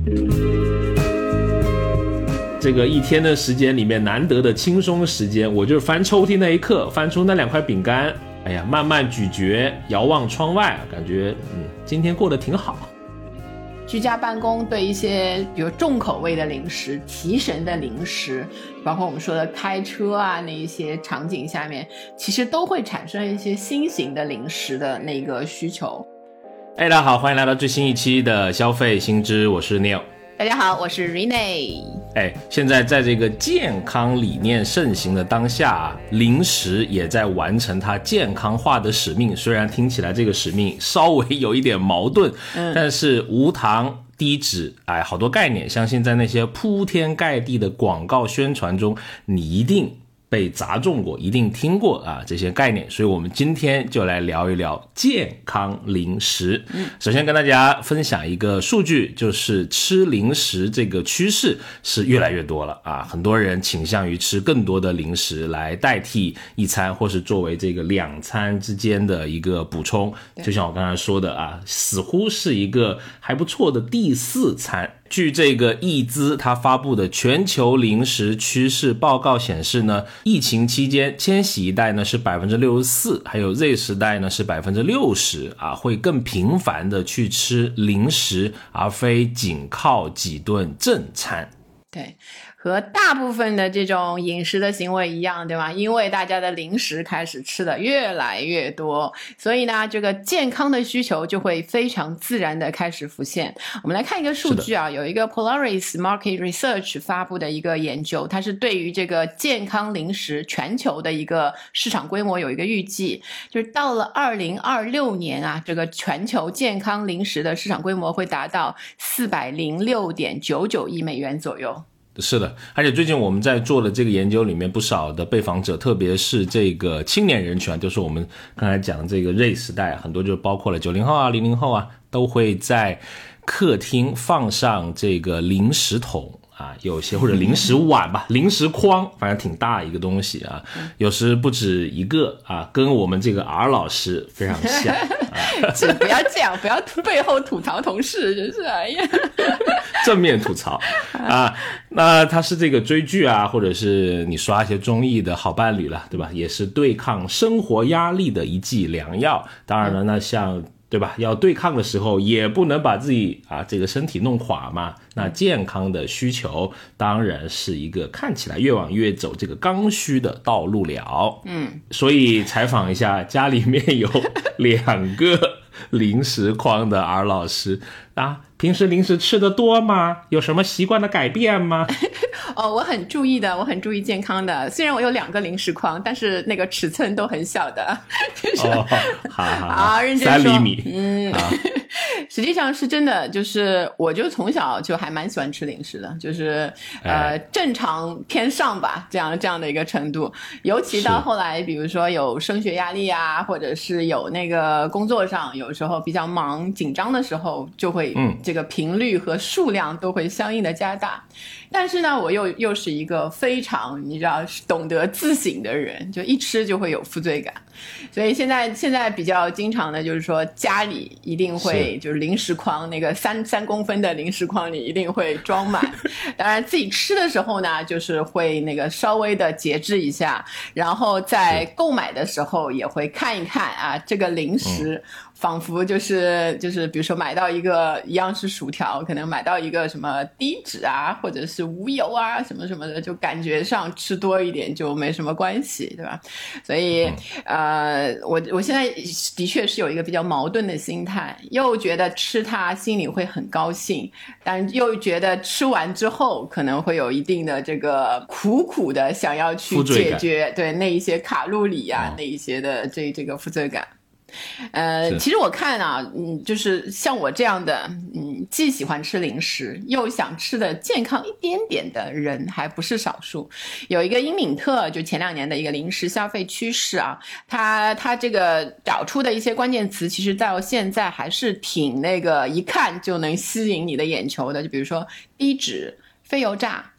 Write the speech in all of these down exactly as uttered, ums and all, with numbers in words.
这个一天的时间里面难得的轻松时间，我就是翻抽屉那一刻，翻出那两块饼干，哎呀，慢慢咀嚼，遥望窗外，感觉嗯，今天过得挺好。 居家办公对一些比如重口味的零食、提神的零食，包括我们说的开车啊那一些场景下面，其实都会产生一些新型的零食的那个需求。 哎，大家好，欢迎来到最新一期的消费新知，我是 Neil。 大家好，我是 Rene。 哎，现在在这个健康理念盛行的当下啊，零食也在完成它健康化的使命。虽然听起来这个使命稍微有一点矛盾，嗯、但是无糖、低脂，哎，好多概念，相信在那些铺天盖地的广告宣传中，你一定被砸中过，一定听过啊这些概念，所以我们今天就来聊一聊健康零食。嗯、首先跟大家分享一个数据，就是吃零食这个趋势是越来越多了啊，很多人倾向于吃更多的零食来代替一餐，或是作为这个两餐之间的一个补充。就像我刚才说的啊，似乎是一个还不错的第四餐。据这个易资他发布的全球零食趋势报告显示呢，疫情期间千禧一代呢是 百分之六十四， 还有 Z 时代呢是 百分之六十 啊，会更频繁的去吃零食，而非仅靠几顿正餐。 对，和大部分的这种饮食的行为一样，对吧？因为大家的零食开始吃的越来越多，所以呢，这个健康的需求就会非常自然的开始浮现。我们来看一个数据啊，有一个 Polaris Market Research 发布的一个研究，它是对于这个健康零食全球的一个市场规模有一个预计，就是到了二零二六年啊，这个全球健康零食的市场规模会达到四百零六点九九亿美元左右。 是的，而且最近我们在做的这个研究里面，不少的被访者，特别是这个青年人群，就是我们刚才讲的这个 Z 时代，很多就包括了九零后啊、零零后啊，都会在客厅放上这个零食桶啊，有些或者零食碗吧，零食筐，反正挺大一个东西啊，有时不止一个啊，跟我们这个 R 老师非常像。 啊、不要这样，不要背后吐槽同事，真是哎呀。 正面吐槽啊，那它是这个追剧啊，或者是你刷一些综艺的好伴侣了，对吧？也是对抗生活压力的一剂良药。当然了，那像对吧，要对抗的时候也不能把自己啊这个身体弄垮嘛。那健康的需求当然是一个看起来越往越走这个刚需的道路了。嗯，所以采访一下家里面有两个零食筐的 R 老师啊，平时零食吃的多吗？有什么习惯的改变吗？ 哦，我很注意的，我很注意健康的。虽然我有两个零食筐，但是那个尺寸都很小的。就是、 哦，好好好， 啊，认真说， 三厘米， 嗯。啊实际上是真的，就是我就从小就还蛮喜欢吃零食的，就是呃、哎、正常偏上吧，这样这样的一个程度。尤其到后来，比如说有升学压力啊，或者是有那个工作上有时候比较忙紧张的时候，就会这个频率和数量都会相应的加大。但是呢，我又又是一个非常你知道懂得自省的人，就一吃就会有负罪感，所以现在现在比较经常的就是说家里一定会就是零食筐，那个三三公分的零食筐里一定会装满。当然自己吃的时候呢，就是会那个稍微的节制一下，然后在购买的时候也会看一看啊，这个零食。嗯仿佛就是就是比如说买到一个一样是薯条，可能买到一个什么低脂啊或者是无油啊什么什么的，就感觉上吃多一点就没什么关系，对吧？所以呃我我现在的确是有一个比较矛盾的心态，又觉得吃它心里会很高兴，但又觉得吃完之后可能会有一定的这个苦苦的想要去解决对那一些卡路里啊、哦、那一些的这这个负罪感。呃，其实我看啊，嗯，就是像我这样的，嗯，既喜欢吃零食又想吃的健康一点点的人还不是少数。有一个英敏特，就前两年的一个零食消费趋势啊，他他这个找出的一些关键词，其实到现在还是挺那个一看就能吸引你的眼球的，就比如说低脂、非油炸、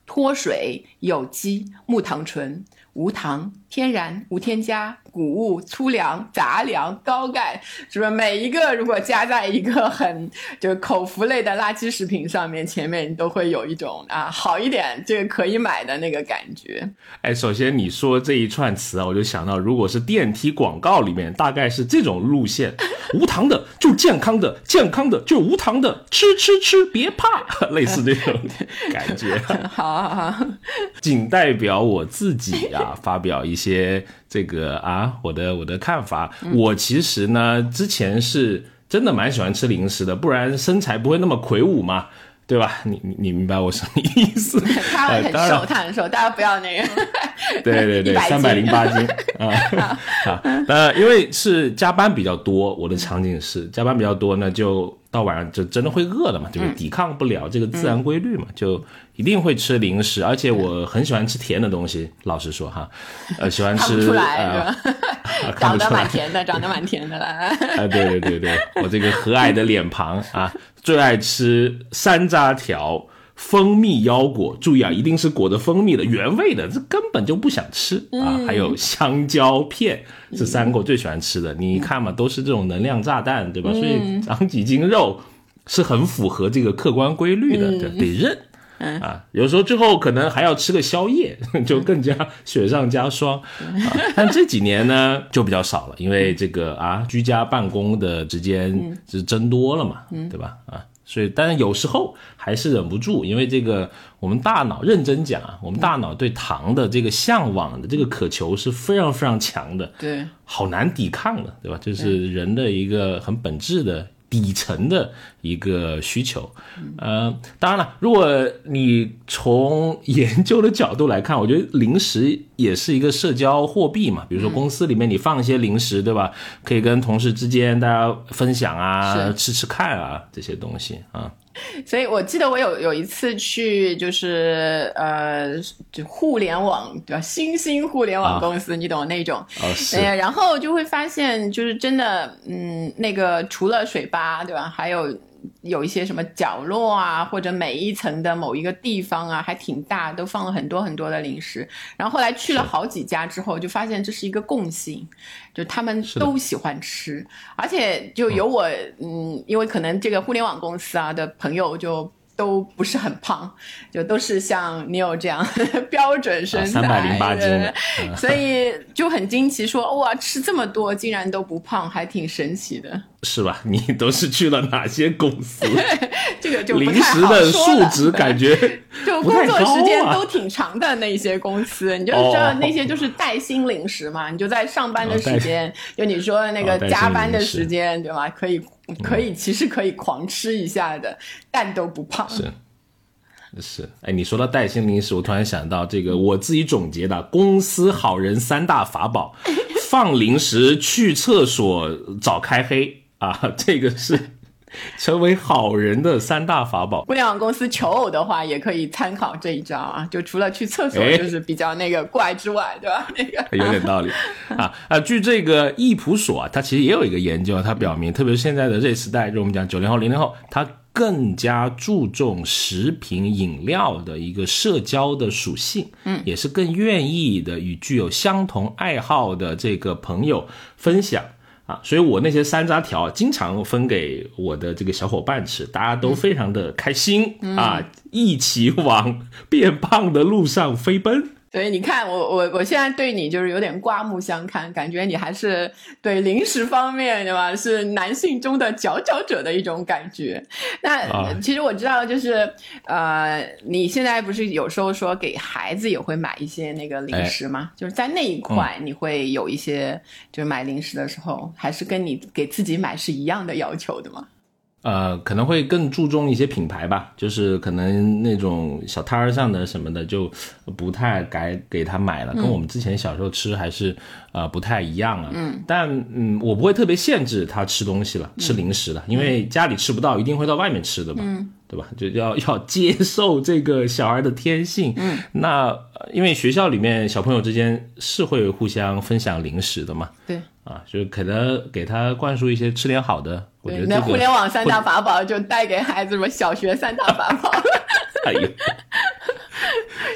脱水、有机、木糖醇、无糖、天然、无添加、谷物、粗粮、杂粮、高钙，是不是每一个如果加在一个很就是口服类的垃圾食品上面，前面都会有一种啊好一点这个可以买的那个感觉。 哎，首先你说这一串词啊，我就想到如果是电梯广告里面大概是这种路线，无糖的就是健康的，健康的就是无糖的，吃吃吃别怕，类似这种感觉。 好好好， 仅代表我自己啊发表一些这个啊我的我的看法。我其实呢之前是真的蛮喜欢吃零食的，不然身材不会那么魁梧嘛，对吧？你你你明白我什么意思？ 他会很瘦，他很瘦，大家不要那个。 对对对，三百零八斤啊啊！呃，因为是加班比较多，我的场景是加班比较多呢，就到晚上就真的会饿了嘛，就是抵抗不了这个自然规律嘛，嗯、就一定会吃零食，而且我很喜欢吃甜的东西。老实说哈，呃，喜欢吃看不出来、呃、是吧？ 啊、 长得蛮甜的，长得蛮甜的了。 啊，对对对对，我这个和蔼的脸庞啊，最爱吃山楂条。蜂蜜腰果，注意啊，一定是裹着蜂蜜的原味的，这根本就不想吃啊！ 嗯、 还有香蕉片，这三个我最喜欢吃的。你看嘛，都是这种能量炸弹，对吧？所以长几斤肉是很符合这个客观规律的，对，得认。啊，有时候最后可能还要吃个宵夜，就更加雪上加霜。啊、但这几年呢就比较少了，因为这个啊居家办公的时间是增多了嘛，对吧？啊。所以但是有时候还是忍不住，因为这个我们大脑认真讲啊，我们大脑对糖的这个向往的这个渴求是非常非常强的， 对， 好难抵抗的，对吧？这是人的一个很本质的底层的一个需求。呃，当然了，如果你从研究的角度来看，我觉得零食也是一个社交货币嘛。比如说公司里面你放一些零食，对吧？可以跟同事之间大家分享啊，吃吃看啊，这些东西啊。 所以我记得我有有一次去就是呃就互联网对吧，新兴互联网公司、啊、你懂那种、 哦是呃、然后就会发现就是真的嗯那个除了水吧对吧，还有有一些什么角落啊，或者每一层的某一个地方啊还挺大，都放了很多很多的零食。然后后来去了好几家之后就发现这是一个共性，就他们都喜欢吃，而且就有我 嗯, 嗯，因为可能这个互联网公司啊的朋友就都不是很胖，就都是像你有这样标准身材， 三百零八斤的， 所以就很惊奇说哇吃这么多竟然都不胖，还挺神奇的。 是吧？你都是去了哪些公司？ 这个就不零太好说了， 食的素质感觉就工作时间都挺长的那些公司，你就知道那些就是带薪零食嘛，你就在上班的时间，就你说那个加班的时间，对吧？可以可以，其实可以狂吃一下的，但都不胖。 是。是，哎，你说到带薪零食，我突然想到这个我自己总结的公司好人三大法宝：放零食、去厕所、早开黑啊，这个是成为好人的三大法宝。 互联网公司求偶的话，也可以参考这一招啊，就除了去厕所就是比较那个怪之外，对吧？那个有点道理啊啊！据这个易普所啊，它其实也有一个研究，它表明，特别是现在的这时代，就我们讲九零后、零零后，它更加注重食品饮料的一个社交的属性，嗯，也是更愿意的与具有相同爱好的这个朋友分享啊，所以我那些山楂条经常分给我的这个小伙伴吃，大家都非常的开心、嗯、啊，一起往变胖的路上飞奔。 所以你看我我我现在对你就是有点刮目相看，感觉你还是对零食方面对吧，是男性中的佼佼者的一种感觉。那、啊、其实我知道就是呃你现在不是有时候说给孩子也会买一些那个零食吗、哎、就是在那一块你会有一些、嗯、就是买零食的时候还是跟你给自己买是一样的要求的吗？ 呃，可能会更注重一些品牌吧，就是可能那种小摊儿上的什么的就不太该给他买了，嗯、跟我们之前小时候吃还是呃不太一样啊。嗯，但嗯，我不会特别限制他吃东西了，吃零食了，嗯、因为家里吃不到，一定会到外面吃的嘛。嗯。对吧？就要要接受这个小孩的天性。嗯，那因为学校里面小朋友之间是会互相分享零食的嘛。 对。 啊，就可能给他灌输一些吃点好的。我觉得、这个、 那互联网三大法宝就带给孩子什么小学三大法宝。 哎呦，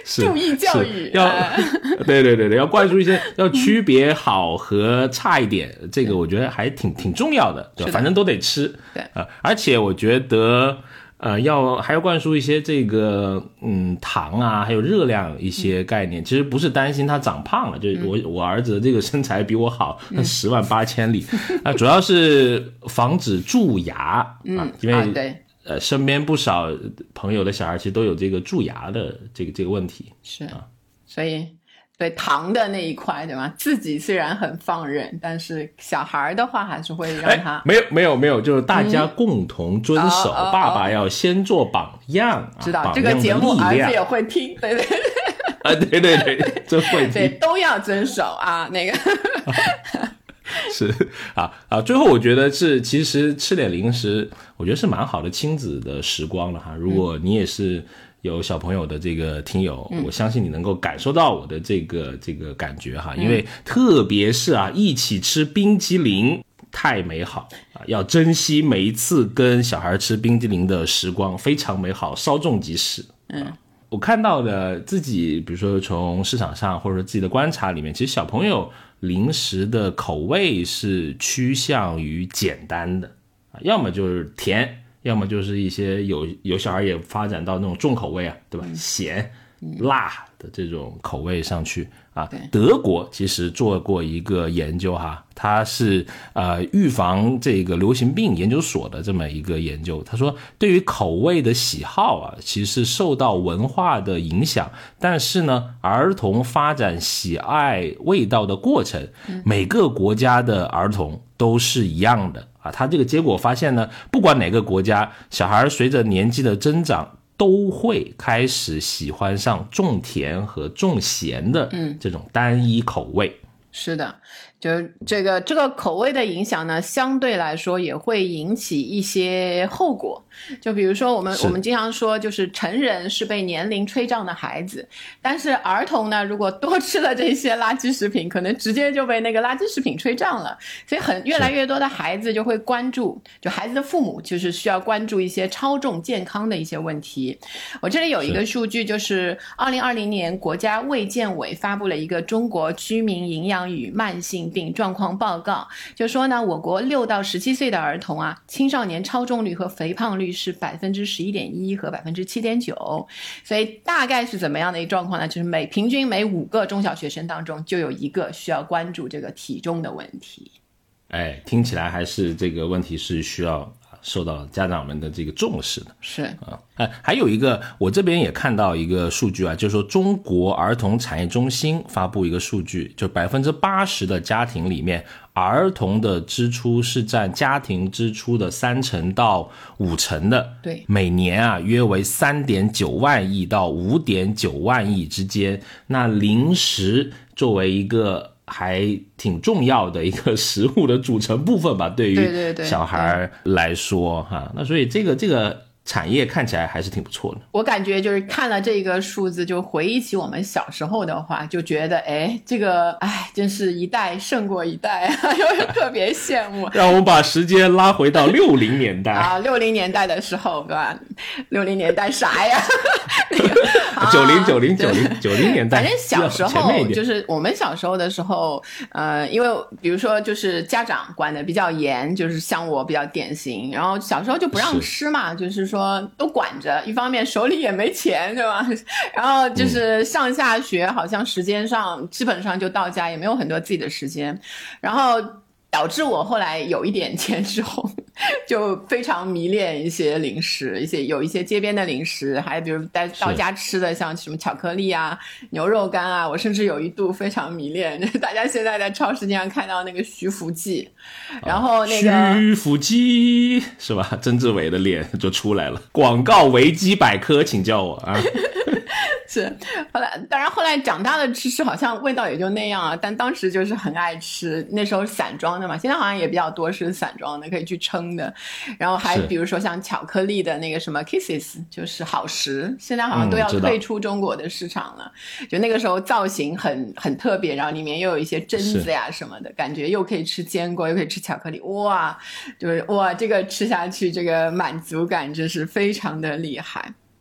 注意教育要对对对对，要灌输一些要区别好和差一点，这个我觉得还挺挺重要的，对，反正都得吃。 对啊、呃，而且我觉得呃要还要灌输一些这个嗯糖啊，还有热量一些概念。嗯、其实不是担心他长胖了，就是我、嗯、我儿子的这个身材比我好，嗯、十万八千里啊、呃，主要是防止蛀牙。嗯，啊、因为、 啊、对。 呃，身边不少朋友的小孩其实都有这个蛀牙的这个这个问题， 是啊， 所以对糖的那一块，对吗？自己虽然很放任，但是小孩的话还是会让他、 哎、没有没有没有，就是大家共同遵守，嗯、爸爸要先做榜样， 知道、 啊、 这个节目儿子也会听，对对对， 啊对对对，真会听， 对都要遵守啊，那个。 是啊啊，最后我觉得是，其实吃点零食，我觉得是蛮好的亲子的时光了哈。如果你也是有小朋友的这个听友，嗯、我相信你能够感受到我的这个这个感觉哈，因为特别是啊，一起吃冰淇淋太美好啊，要珍惜每一次跟小孩吃冰淇淋的时光，非常美好，稍纵即逝。嗯。我看到的自己，比如说从市场上或者说自己的观察里面，其实小朋友零食的口味是趋向于简单的，要么就是甜，要么就是一些有有小孩也发展到那种重口味啊，对吧？嗯、咸、辣的这种口味上去啊。德国其实做过一个研究哈，它是呃预防这个流行病研究所的这么一个研究。他说，对于口味的喜好啊，其实受到文化的影响，但是呢，儿童发展喜爱味道的过程，每个国家的儿童都是一样的啊。他这个结果发现呢，不管哪个国家，小孩随着年纪的增长，都会开始喜欢上重甜和重咸的这种单一口味。 嗯、是的，就这个这个口味的影响呢，相对来说也会引起一些后果。就比如说我们我们经常说，就是成人是被年龄吹胀的孩子，但是儿童呢，如果多吃了这些垃圾食品，可能直接就被那个垃圾食品吹胀了。所以很越来越多的孩子就会关注，就孩子的父母就是需要关注一些超重健康的一些问题。我这里有一个数据，就是二零二零年国家卫健委发布了一个中国居民营养与慢性病状况报告，就说呢，我国六到十七岁的儿童啊，青少年超重率和肥胖率是百分之十一点一和百分之七点九，所以大概是怎么样的一个状况呢？就是每平均每五个中小学生当中就有一个需要关注这个体重的问题。 哎，听起来还是这个问题是需要受到家长们的这个重视的。 是啊，哎，还有一个，我这边也看到一个数据啊，就是说中国儿童产业中心发布一个数据，就百分之八十的家庭里面，儿童的支出是占家庭支出的三成到五成的。 对， 每年啊约为三点九万亿到五点九万亿之间。那零食作为一个还挺重要的一个食物的组成部分吧，对于小孩来说哈，那所以这个这个产业看起来还是挺不错的。 我感觉就是看了这个数字，就回忆起我们小时候的话，就觉得哎，这个哎，真是一代胜过一代，又特别羡慕。 让我们把时间拉回到六零年代啊，六零年代的时候，对吧？六零年代啥呀？ 九零九零九零九零年代， 反正小时候就是我们小时候的时候，呃，因为比如说就是家长管的比较严，就是像我比较典型，然后小时候就不让吃嘛，就是说都管着，一方面手里也没钱，对吧？然后就是上下学好像时间上基本上就到家，也没有很多自己的时间，然后导致我后来有一点钱之后，就非常迷恋一些零食，一些有一些街边的零食，还比如带到家吃的，像什么巧克力啊、牛肉干啊，我甚至有一度非常迷恋。大家现在在超市经常看到那个徐福记，然后那个徐福记是吧？曾志伟的脸就出来了，广告维基百科，请叫我啊。 是，后来当然后来长大了吃吃好像味道也就那样啊，但当时就是很爱吃，那时候散装的嘛，现在好像也比较多是散装的，可以去称的。然后还比如说像巧克力的那个什么 Kisses， 就是好时，现在好像都要退出中国的市场了。嗯、就那个时候造型很很特别，然后里面又有一些榛子呀什么的，感觉又可以吃坚果，又可以吃巧克力，哇，就是哇，这个吃下去这个满足感真是非常的厉害。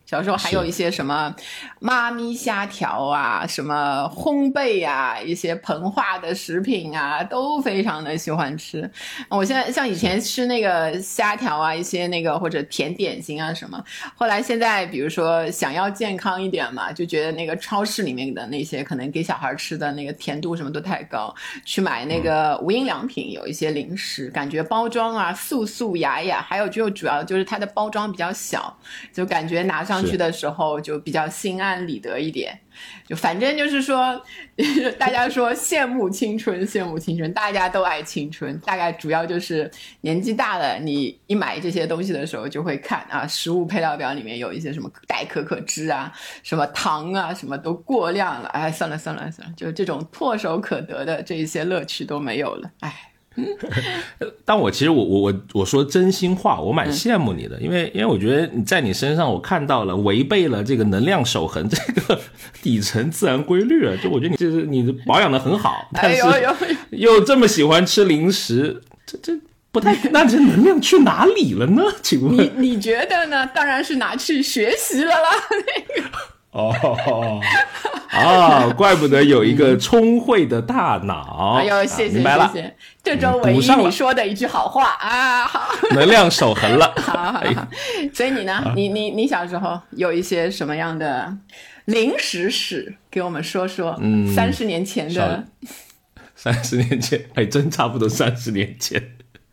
小时候还有一些什么妈咪虾条啊，什么烘焙啊，一些膨化的食品啊，都非常的喜欢吃。我现在像以前吃那个虾条啊，一些那个或者甜点心啊什么，后来现在比如说想要健康一点嘛，就觉得那个超市里面的那些可能给小孩吃的那个甜度什么都太高，去买那个无印良品有一些零食，感觉包装啊素素雅雅，还有就主要就是它的包装比较小，就感觉拿上去的时候就比较心安理得一点。就反正就是说大家说羡慕青春羡慕青春，大家都爱青春，大概主要就是年纪大了，你一买这些东西的时候就会看啊，食物配料表里面有一些什么代可可脂啊，什么糖啊，什么都过量了，哎，算了算了算了，就这种唾手可得的这一些乐趣都没有了，哎。 但我其实我我我我说真心话，我蛮羡慕你的，嗯、因为因为我觉得你在你身上我看到了违背了这个能量守恒这个底层自然规律啊，就我觉得你就是你保养的很好，但是又这么喜欢吃零食，这这不太，那这能量去哪里了呢？请问你你觉得呢？当然是拿去学习了啦，那个。 哦啊，怪不得有一个聪慧的大脑。 哎呦，谢谢、啊、谢谢，这周唯一你说的一句好话啊，好， 能量守恒了。 好好好，哎、所以你呢？啊、你你你小时候有一些什么样的零食史？给我们说说。嗯，三十年前的。 三十年前，还真差不多三十年前。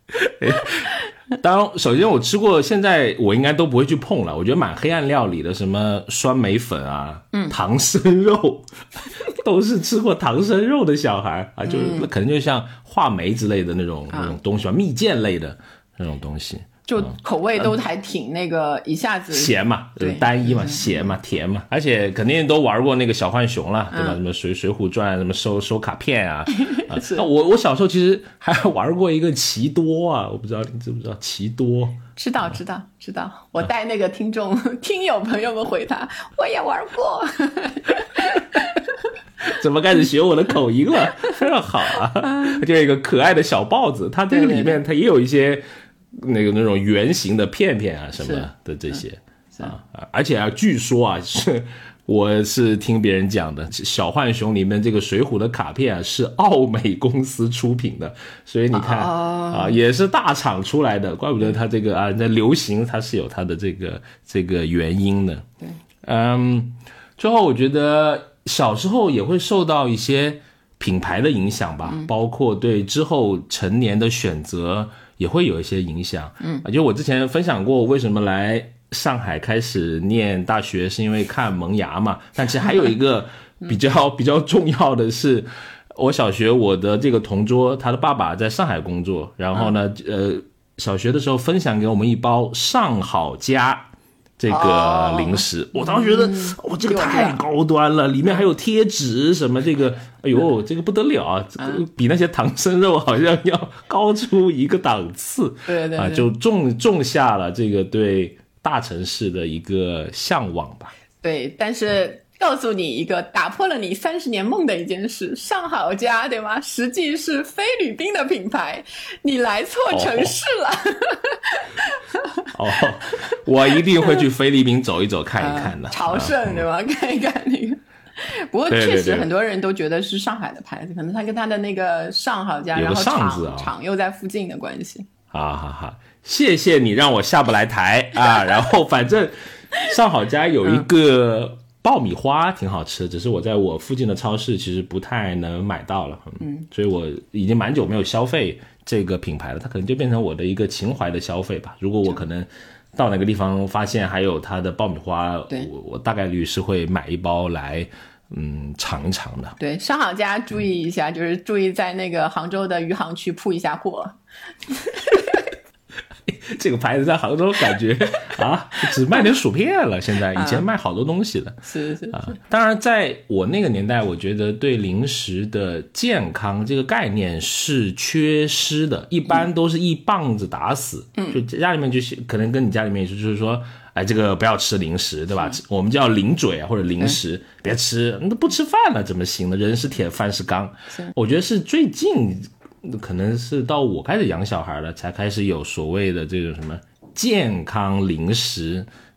当然首先我吃过，现在我应该都不会去碰了，我觉得蛮黑暗料理的，什么酸梅粉啊、嗯、唐参肉都是吃过唐参肉的小孩啊，就、嗯、可能就像话梅之类的那种、啊、那种东西吧，蜜饯类的那种东西， 就口味都还挺那个，一下子咸嘛，对，单一嘛，咸嘛，甜嘛，而且肯定都玩过那个小浣熊了，对吧？什么水水浒传，什么收收卡片啊。啊那我我小时候其实还玩过一个奇多啊，我不知道你知不知道奇多？ 知道知道知道，我带那个听众、啊、听友朋友们回答，我也玩过。 怎么开始学我的口音了？非常好啊！就有一个可爱的小豹子，它这个里面它也有一些。那个那种圆形的片片啊什么的这些、嗯、啊，而且啊，据说啊是我是听别人讲的，小浣熊里面这个水浒的卡片啊是奥美公司出品的，所以你看、哦、啊也是大厂出来的，怪不得它这个啊在流行它是有它的这个这个原因的。 对， 嗯，最后我觉得小时候也会受到一些品牌的影响吧、嗯、包括对之后成年的选择也会有一些影响。嗯，就我之前分享过为什么来上海开始念大学是因为看萌芽嘛，但其实还有一个比较比较重要的是，我小学我的这个同桌他的爸爸在上海工作，然后呢、嗯、呃小学的时候分享给我们一包上好佳这个零食、哦、我当时觉得我、哦、这个太高端了，里面还有贴纸什么，这个哎呦这个不得了啊，这个比那些唐参肉好像要高出一个档次。 对对对， 啊，就种种下了这个对大城市的一个向往吧。 对，但是告诉你一个打破了你三十年梦的一件事，上好佳对吗？实际是菲律宾的品牌，你来错城市了。 哦，哦我一定会去菲律宾走一走看一看的。 呃、朝圣对吧、嗯？看一看那个。不过确实很多人都觉得是上海的牌子，对对对，可能它跟它的那个上好佳，然后厂、哦、厂又在附近的关系。 好好好，谢谢你让我下不来台啊。然后反正上好佳有一个爆米花挺好吃，只是我在我附近的超市其实不太能买到了，嗯，所以我已经蛮久没有消费这个品牌了，它可能就变成我的一个情怀的消费吧。如果我可能到哪个地方发现还有它的爆米花，我我大概率是会买一包来嗯尝一尝的。 对，上好佳注意一下、嗯、就是注意在那个杭州的余杭区铺一下货。 这个牌子在杭州感觉啊，只卖点薯片了。现在以前卖好多东西的， 是是是、 啊。当然，在我那个年代，我觉得对零食的健康这个概念是缺失的，一般都是一棒子打死。嗯，就家里面就是可能跟你家里面也就是说，哎，这个不要吃零食，对吧？我们叫零嘴啊或者零食，别吃，那不吃饭了怎么行呢？人是铁，饭是钢。我觉得是最近。可能是到我开始养小孩了，才开始有所谓的这种什么健康零食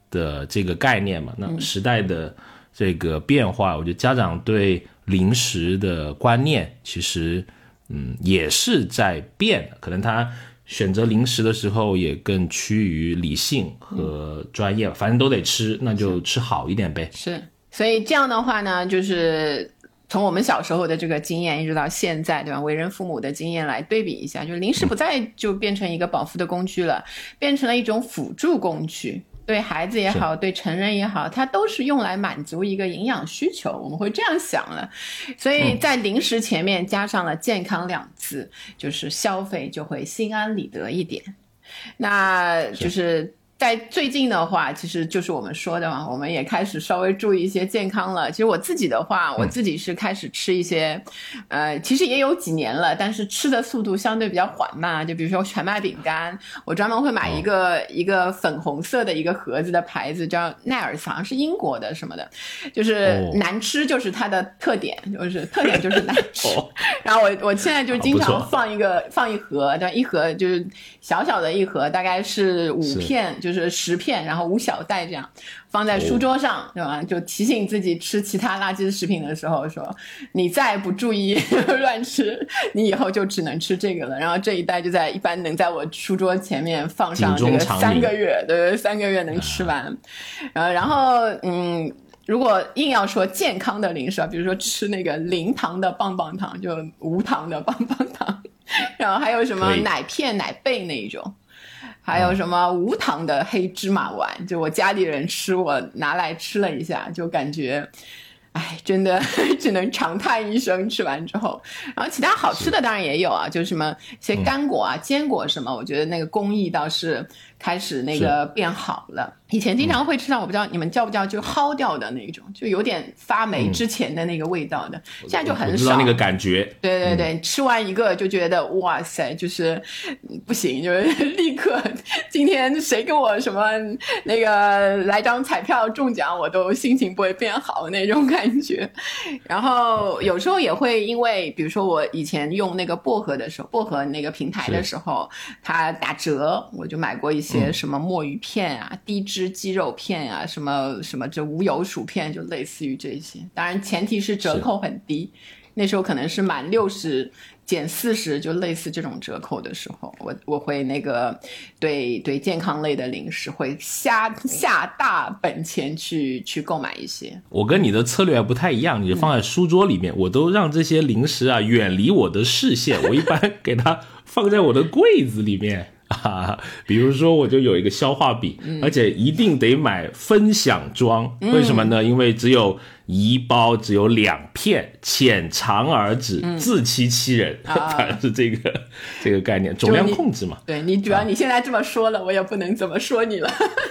的这个概念嘛，那时代的这个变化，我觉得家长对零食的观念其实嗯也是在变的，可能他选择零食的时候也更趋于理性和专业，反正都得吃，那就吃好一点呗。 是，所以这样的话呢，就是从我们小时候的这个经验一直到现在，对吧？为人父母的经验来对比一下，就是零食不再就变成一个饱腹的工具了，变成了一种辅助工具。对孩子也好，对成人也好，它都是用来满足一个营养需求，我们会这样想了。所以在零食前面加上了健康两字，就是消费就会心安理得一点。那就是在最近的话，其实就是我们说的嘛，我们也开始稍微注意一些健康了。其实我自己的话，我自己是开始吃一些，呃，其实也有几年了，但是吃的速度相对比较缓慢。就比如说全麦饼干，我专门会买一个、哦、一个粉红色的一个盒子的牌子，叫奈尔斯，好像是英国的什么的，就是难吃就是它的特点，就是特点就是难吃。哦、然后我我现在就经常放一个放一盒，对，一盒就是小小的一盒，大概是五片，就。就是十片，然后五小袋这样放在书桌上，哦、对吧？就提醒自己吃其他垃圾食品的时候说，你再不注意乱吃，你以后就只能吃这个了。然后这一袋就在一般能在我书桌前面放上这个三个月，对，三个月能吃完。啊、然后嗯。如果硬要说健康的零食啊，比如说吃那个零糖的棒棒糖，就无糖的棒棒糖，然后还有什么奶片、奶贝那一种。还有什么无糖的黑芝麻丸，就我家里人吃，我拿来吃了一下，就感觉哎，真的只能长叹一声，吃完之后。然后其他好吃的当然也有啊，就什么一些干果啊、坚果什么，我觉得那个工艺倒是开始那个变好了。以前经常会吃到，我不知道你们叫不叫，就蒿掉的那种，就有点发霉之前的那个味道的，嗯、现在就很少。我知道那个感觉。 对对对，嗯、吃完一个就觉得哇塞，就是不行，就是立刻今天谁跟我什么那个来张彩票中奖，我都心情不会变好那种感觉。然后有时候也会因为，比如说我以前用那个薄荷的时候，薄荷那个平台的时候，它打折，我就买过一些什么墨鱼片啊、嗯、低脂鸡肉片啊，什么什么这无油薯片，就类似于这些。当然前提是折扣很低，那时候可能是满六十减四十，就类似这种折扣的时候，我我会那个对对健康类的零食会下下大本钱去去购买一些。 我跟你的策略不太一样，你放在书桌里面，嗯、我都让这些零食啊远离我的视线，我一般给它放在我的柜子里面。啊，比如说我就有一个消化饼、嗯、而且一定得买分享装、嗯、为什么呢？因为只有一包，只有两片，浅尝而止、嗯、自欺欺人，反正、啊、是这个这个概念，总量控制嘛。 你对，你主要你现在这么说了、啊、我也不能怎么说你了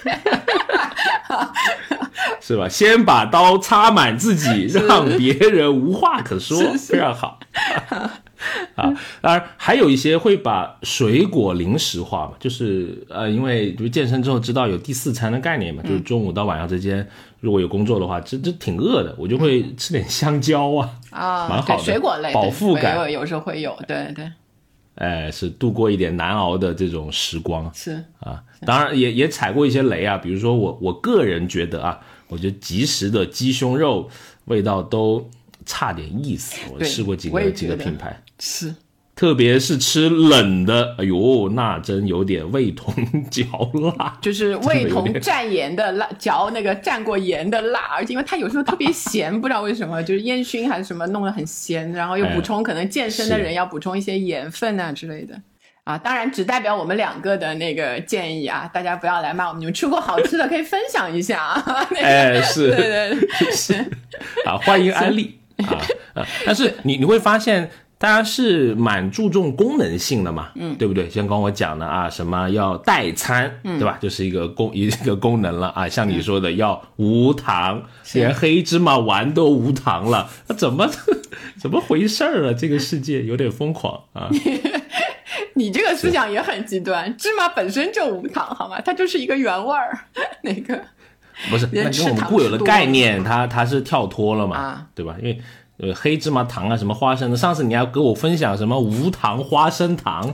是吧？先把刀插满自己，让别人无话可说，非常好啊，当然还有一些会把水果零食化嘛，就是呃，因为就是健身之后知道有第四餐的概念嘛，嗯、就是中午到晚上之间如果有工作的话，这这挺饿的，我就会吃点香蕉啊，啊、嗯，蛮好的， 水果类饱腹感， 有有时候会有，对对， 哎，是度过一点难熬的这种时光， 是啊，当然也也踩过一些雷啊，比如说我我个人觉得啊，我觉得即食的鸡胸肉味道都差点意思，我试过几个几个品牌。 是， 特别是吃冷的，哎呦，那真有点味同嚼蜡， 就是味同蘸盐的辣，嚼那个蘸过盐的辣，而且因为它有时候特别咸，不知道为什么，就是烟熏还是什么弄得很咸，然后又补充，可能健身的人要补充一些盐分啊之类的。啊，当然只代表我们两个的那个建议啊，大家不要来骂我们，你们吃过好吃的可以分享一下啊。那个、 哎，是， 对对对， 是啊，欢迎安利啊啊！但是你你会发现。大家是蛮注重功能性的嘛，嗯，对不对？像刚我讲的啊，什么要代餐，嗯、对吧？就是一个功一个功能了啊。像你说的要无糖，连黑芝麻丸都无糖了，那怎么怎么回事儿啊？这个世界有点疯狂啊！ 你这个思想也很极端，芝麻本身就无糖，好吗？它就是一个原味儿，那个不是，那跟我们固有的概念，它它是跳脱了嘛，啊、对吧？因为。呃，黑芝麻糖啊，什么花生的，上次你还给我分享什么无糖花生糖，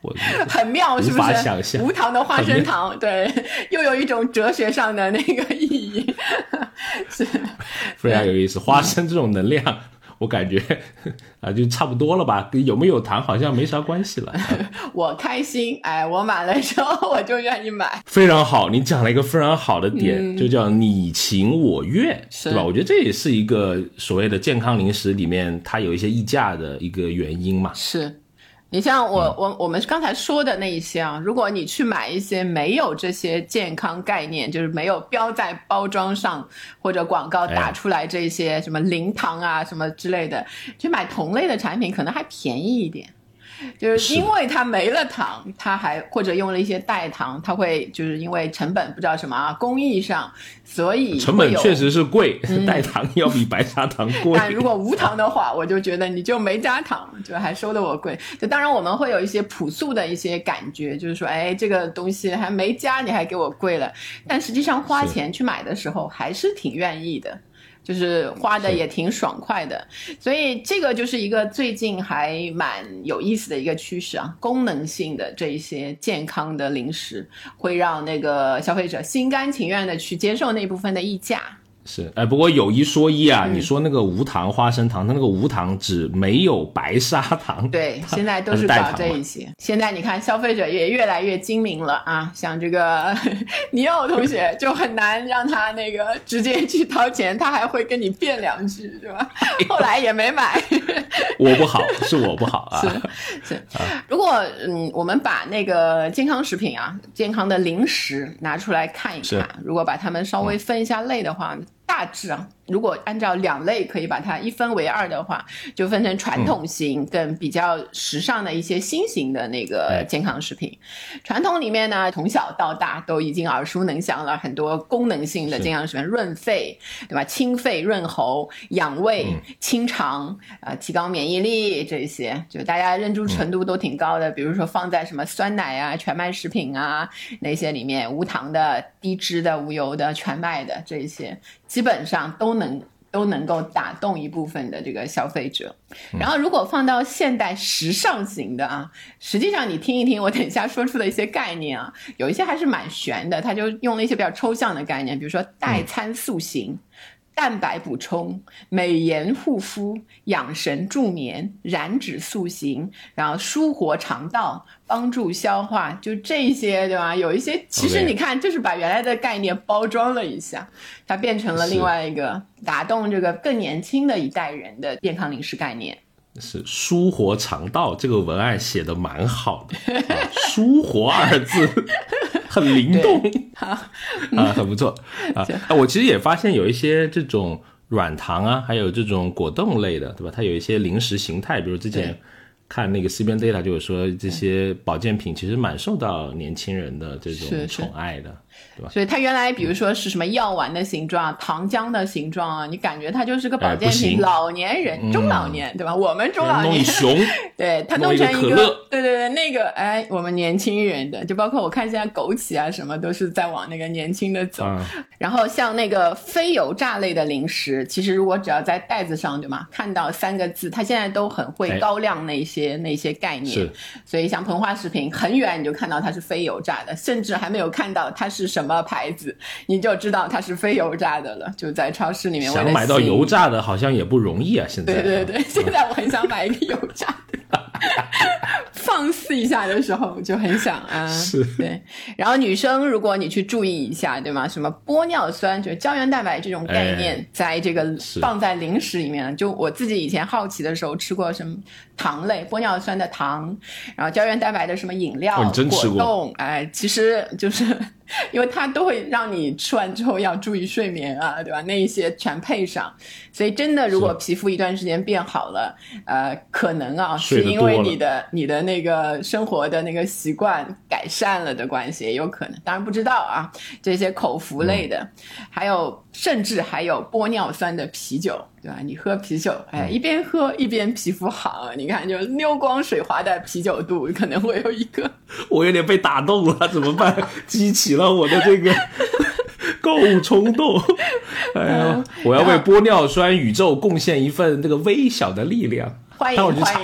我很妙，是不是？ 无法想象无糖的花生糖，对，又有一种哲学上的那个意义，是非常有意思。花生这种能量，我感觉啊，就差不多了吧，跟有没有糖好像没啥关系了。 我开心，哎，我买了之后我就愿意买。 非常好，你讲了一个非常好的点，嗯、就叫你情我愿，对吧？我觉得这也是一个所谓的健康零食里面它有一些溢价的一个原因嘛。 是。你像我、嗯、我我们刚才说的那一些啊，如果你去买一些没有这些健康概念，就是没有标在包装上或者广告打出来这些什么零糖啊什么之类的，去买同类的产品可能还便宜一点。就是因为它没了糖，它还或者用了一些代糖，它会就是因为成本不知道什么啊，工艺上，所以成本确实是贵，嗯、代糖要比白砂糖贵。 但如果无糖的话，我就觉得你就没加糖，就还收得我贵。就当然我们会有一些朴素的一些感觉，就是说，哎，这个东西还没加，你还给我贵了。但实际上花钱去买的时候，还是挺愿意的。就是花的也挺爽快的，所以这个就是一个最近还蛮有意思的一个趋势啊。功能性的这一些健康的零食会让那个消费者心甘情愿的去接受那部分的溢价。 是，哎，不过有一说一啊、嗯，你说那个无糖花生糖，它那个无糖只没有白砂糖。 对，现在都是搞这一些。现在你看消费者也越来越精明了啊，像这个尼奥同学就很难让他那个直接去掏钱，他还会跟你辩两句，对吧？后来也没买。 我不好，是我不好啊。 是是、啊，如果嗯，我们把那个健康食品啊、健康的零食拿出来看一看，如果把它们稍微分一下类的话。嗯，大致啊，如果按照两类可以把它一分为二的话，就分成传统型跟比较时尚的一些新型的那个健康食品。传统里面呢，从小到大都已经耳熟能详了，很多功能性的健康食品，润肺，对吧？清肺润喉、养胃、嗯、清肠、呃，提高免疫力，这些就大家认知程度都挺高的。嗯、比如说放在什么酸奶啊、全麦食品啊那些里面，无糖的、低脂的、无油的、全麦的这些。基本上都能都能够打动一部分的这个消费者。然后如果放到现代时尚型的啊，实际上你听一听我等一下说出的一些概念啊，有一些还是蛮玄的，他就用了一些比较抽象的概念，比如说代餐塑形、嗯、蛋白补充、美颜护肤、养神助眠、燃脂塑形，然后舒活肠道、帮助消化，就这些，对吧？有一些其实你看就是把原来的概念包装了一下，它变成了另外一个打动这个更年轻的一代人的健康零食概念。 是舒活肠道，这个文案写得蛮好的、啊、舒活二字很灵动啊，很不错啊。我其实也发现有一些这种软糖啊，还有这种果冻类的，对吧？它有一些零食形态，比如之前看那个 C B N Data 就有说，这些保健品其实蛮受到年轻人的这种宠爱的，对吧？ 所以它原来比如说是什么药丸的形状、嗯、糖浆的形状啊，你感觉它就是个保健品，哎、老年人、嗯、中老年，对吧？我们中老年弄一熊， 对，它弄成一个，一个对对对，那个哎，我们年轻人的，就包括我看现在枸杞啊什么都是在往那个年轻的走。嗯、然后像那个非油炸类的零食，其实如果只要在袋子上，对吗？看到三个字，它现在都很会高亮那些。哎那些概念，所以像膨化食品很远你就看到它是非油炸的，甚至还没有看到它是什么牌子你就知道它是非油炸的了，就在超市里面想买到油炸的好像也不容易啊，现在对对对，现在我很想买一个油炸的放肆一下的时候就很想啊， 是， 对。然后女生如果你去注意一下，对吗？什么玻尿酸，就是胶原蛋白这种概念，哎、在这个放在零食里面，就我自己以前好奇的时候吃过什么糖类，玻尿酸的糖，然后胶原蛋白的什么饮料、 哦、 果冻，哎，其实就是因为它都会让你吃完之后要注意睡眠啊，对吧？那一些全配上，所以真的如果皮肤一段时间变好了，呃，可能啊是因为你的你的那个生活的那个习惯改善了的关系，也有可能，当然不知道啊。这些口服类的，嗯、还有甚至还有玻尿酸的啤酒，对吧？你喝啤酒，哎，一边喝一边皮肤好，你看就溜光水滑的啤酒肚可能会有一个。 我有点被打动了，怎么办？激起了我的这个购物冲动。哎呀，我要为玻尿酸宇宙贡献一份这个微小的力量。 欢迎， 让我去查一下。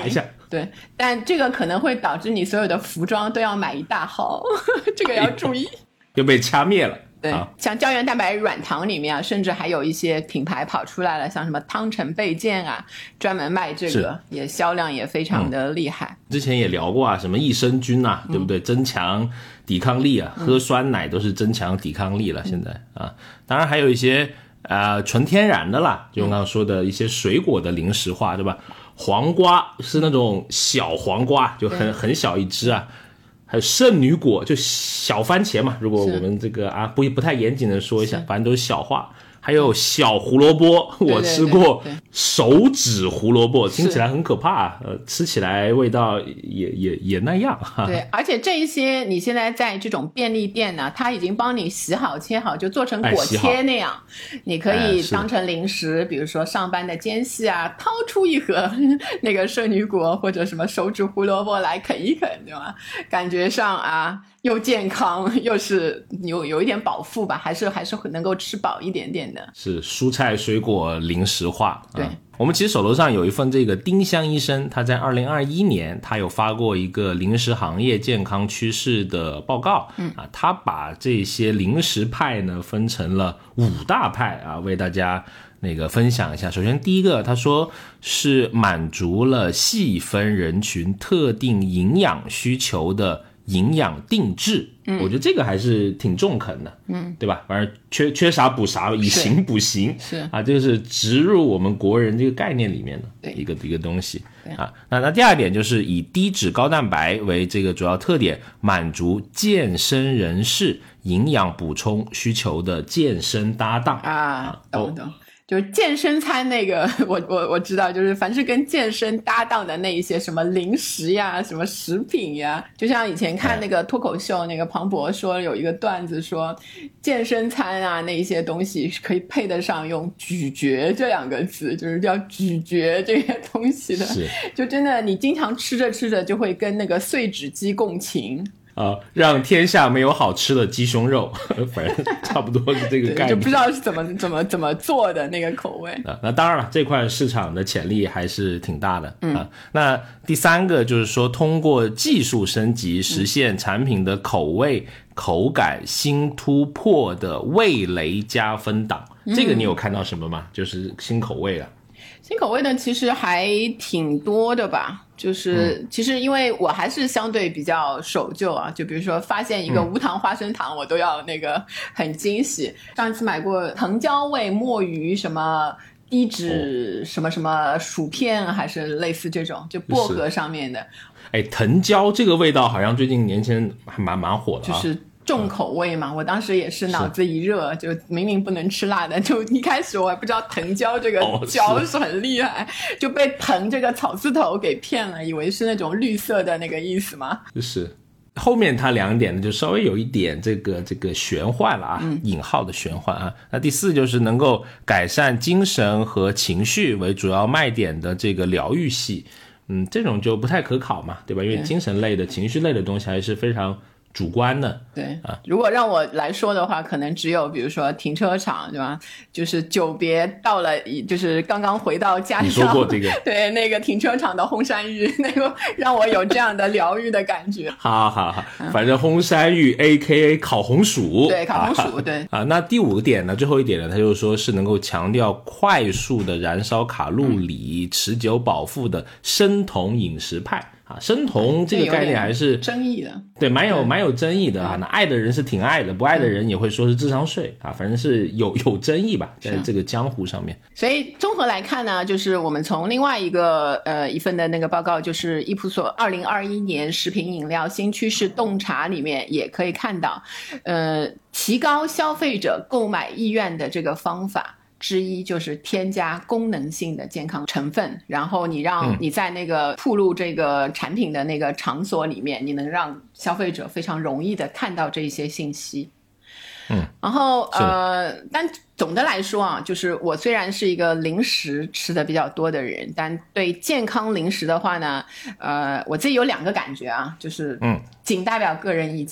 对，但这个可能会导致你所有的服装都要买一大号，这个要注意， 又被掐灭了。 对，像胶原蛋白软糖里面啊，甚至还有一些品牌跑出来了，像什么汤臣倍健啊，专门卖这个，也销量也非常的厉害、 嗯、之前也聊过啊，什么益生菌啊、嗯、对不对，增强抵抗力啊、嗯、喝酸奶都是增强抵抗力了、嗯、现在啊，当然还有一些呃纯天然的啦，就我刚刚说的一些水果的零食化，对吧？黄瓜是那种小黄瓜，就很很小一只啊，还有圣女果，就小番茄嘛，如果我们这个啊不不太严谨的说一下，反正都是小话。还有小胡萝卜，我吃过手指胡萝卜，听起来很可怕，呃，吃起来味道也也也那样。 对，而且这一些你现在在这种便利店呢，它已经帮你洗好切好，就做成果切那样，哎、你可以当成零食，比如说上班的间隙啊，掏出一盒那个圣女果或者什么手指胡萝卜来啃一啃，对吧？感觉上啊。又健康又是有有一点饱腹吧，还是还是能够吃饱一点点的， 是蔬菜水果零食化。 对、 嗯、我们其实手头上有一份这个丁香医生，他在二零二一年他有发过一个零食行业健康趋势的报告、嗯、啊，他把这些零食派呢分成了五大派啊，为大家那个分享一下。首先第一个他说是满足了细分人群特定营养需求的营养定制、嗯、我觉得这个还是挺中肯的，嗯，对吧？反正缺缺啥补啥，以形补形， 是啊，这个是植入我们国人这个概念里面的一个一个东西啊。那那第二点就是以低脂高蛋白为这个主要特点，满足健身人士营养补充需求的健身搭档啊，懂懂。就是健身餐那个我我我知道，就是凡是跟健身搭档的那一些什么零食呀什么食品呀，就像以前看那个脱口秀，那个庞博说有一个段子说健身餐啊那一些东西可以配得上用咀嚼这两个字，就是叫咀嚼这些东西的，就真的你经常吃着吃着就会跟那个碎纸机共情啊，让天下没有好吃的鸡胸肉，反正差不多是这个概念， 就不知道是怎么怎么怎么做的那个口味。 啊、那当然了，这块市场的潜力还是挺大的、嗯、啊。那第三个就是说，通过技术升级，实现产品的口味、嗯、口感新突破的味蕾加分档、嗯。这个你有看到什么吗？就是新口味了。 新口味的其实还挺多的吧，就是其实因为我还是相对比较守旧啊，就比如说发现一个无糖花生糖我都要那个很惊喜。上一次买过藤椒味墨鱼什么低脂什么什么薯片，还是类似这种就薄荷上面的。 哎，藤椒这个味道好像最近年轻人还蛮蛮火的啊， 就是重口味嘛，我当时也是脑子一热，就明明不能吃辣的，就一开始我还不知道藤椒这个椒是很厉害、哦、就被藤这个草字头给骗了，以为是那种绿色的那个意思嘛。 就是后面它两点呢就稍微有一点这个这个玄幻了啊、嗯，引号的玄幻啊。那第四就是能够改善精神和情绪为主要卖点的这个疗愈系，嗯，这种就不太可考嘛，对吧？因为精神类的情绪类的东西还是非常主观的。 对啊，如果让我来说的话，可能只有比如说停车场，对吧？就是久别到了，就是刚刚回到家乡， 你说过这个， 对那个停车场的烘山芋，那个让我有这样的疗愈的感觉。 好好好，反正烘山芋 A K A 烤红薯， 对，烤红薯，对啊。那第五个点呢，最后一点呢，它就是说是能够强调快速的燃烧卡路里、嗯、持久饱腹的生酮饮食派。啊，生酮这个概念还是争议的， 对，蛮有蛮有争议的啊。那爱的人是挺爱的，不爱的人也会说是智商税啊，反正是有有争议吧，在这个江湖上面。 所以综合来看呢，就是我们从另外一个呃一份的那个报告，就是伊普所二零二一年食品饮料新趋势洞察里面也可以看到，呃，提高消费者购买意愿的这个方法。之一就是添加功能性的健康成分，然后你让你在那个铺路这个产品的那个场所里面，你能让消费者非常容易的看到这些信息。嗯，然后呃，但总的来说啊，就是我虽然是一个零食吃的比较多的人，但对健康零食的话呢，呃，我自己有两个感觉啊，就是嗯，仅代表个人意见。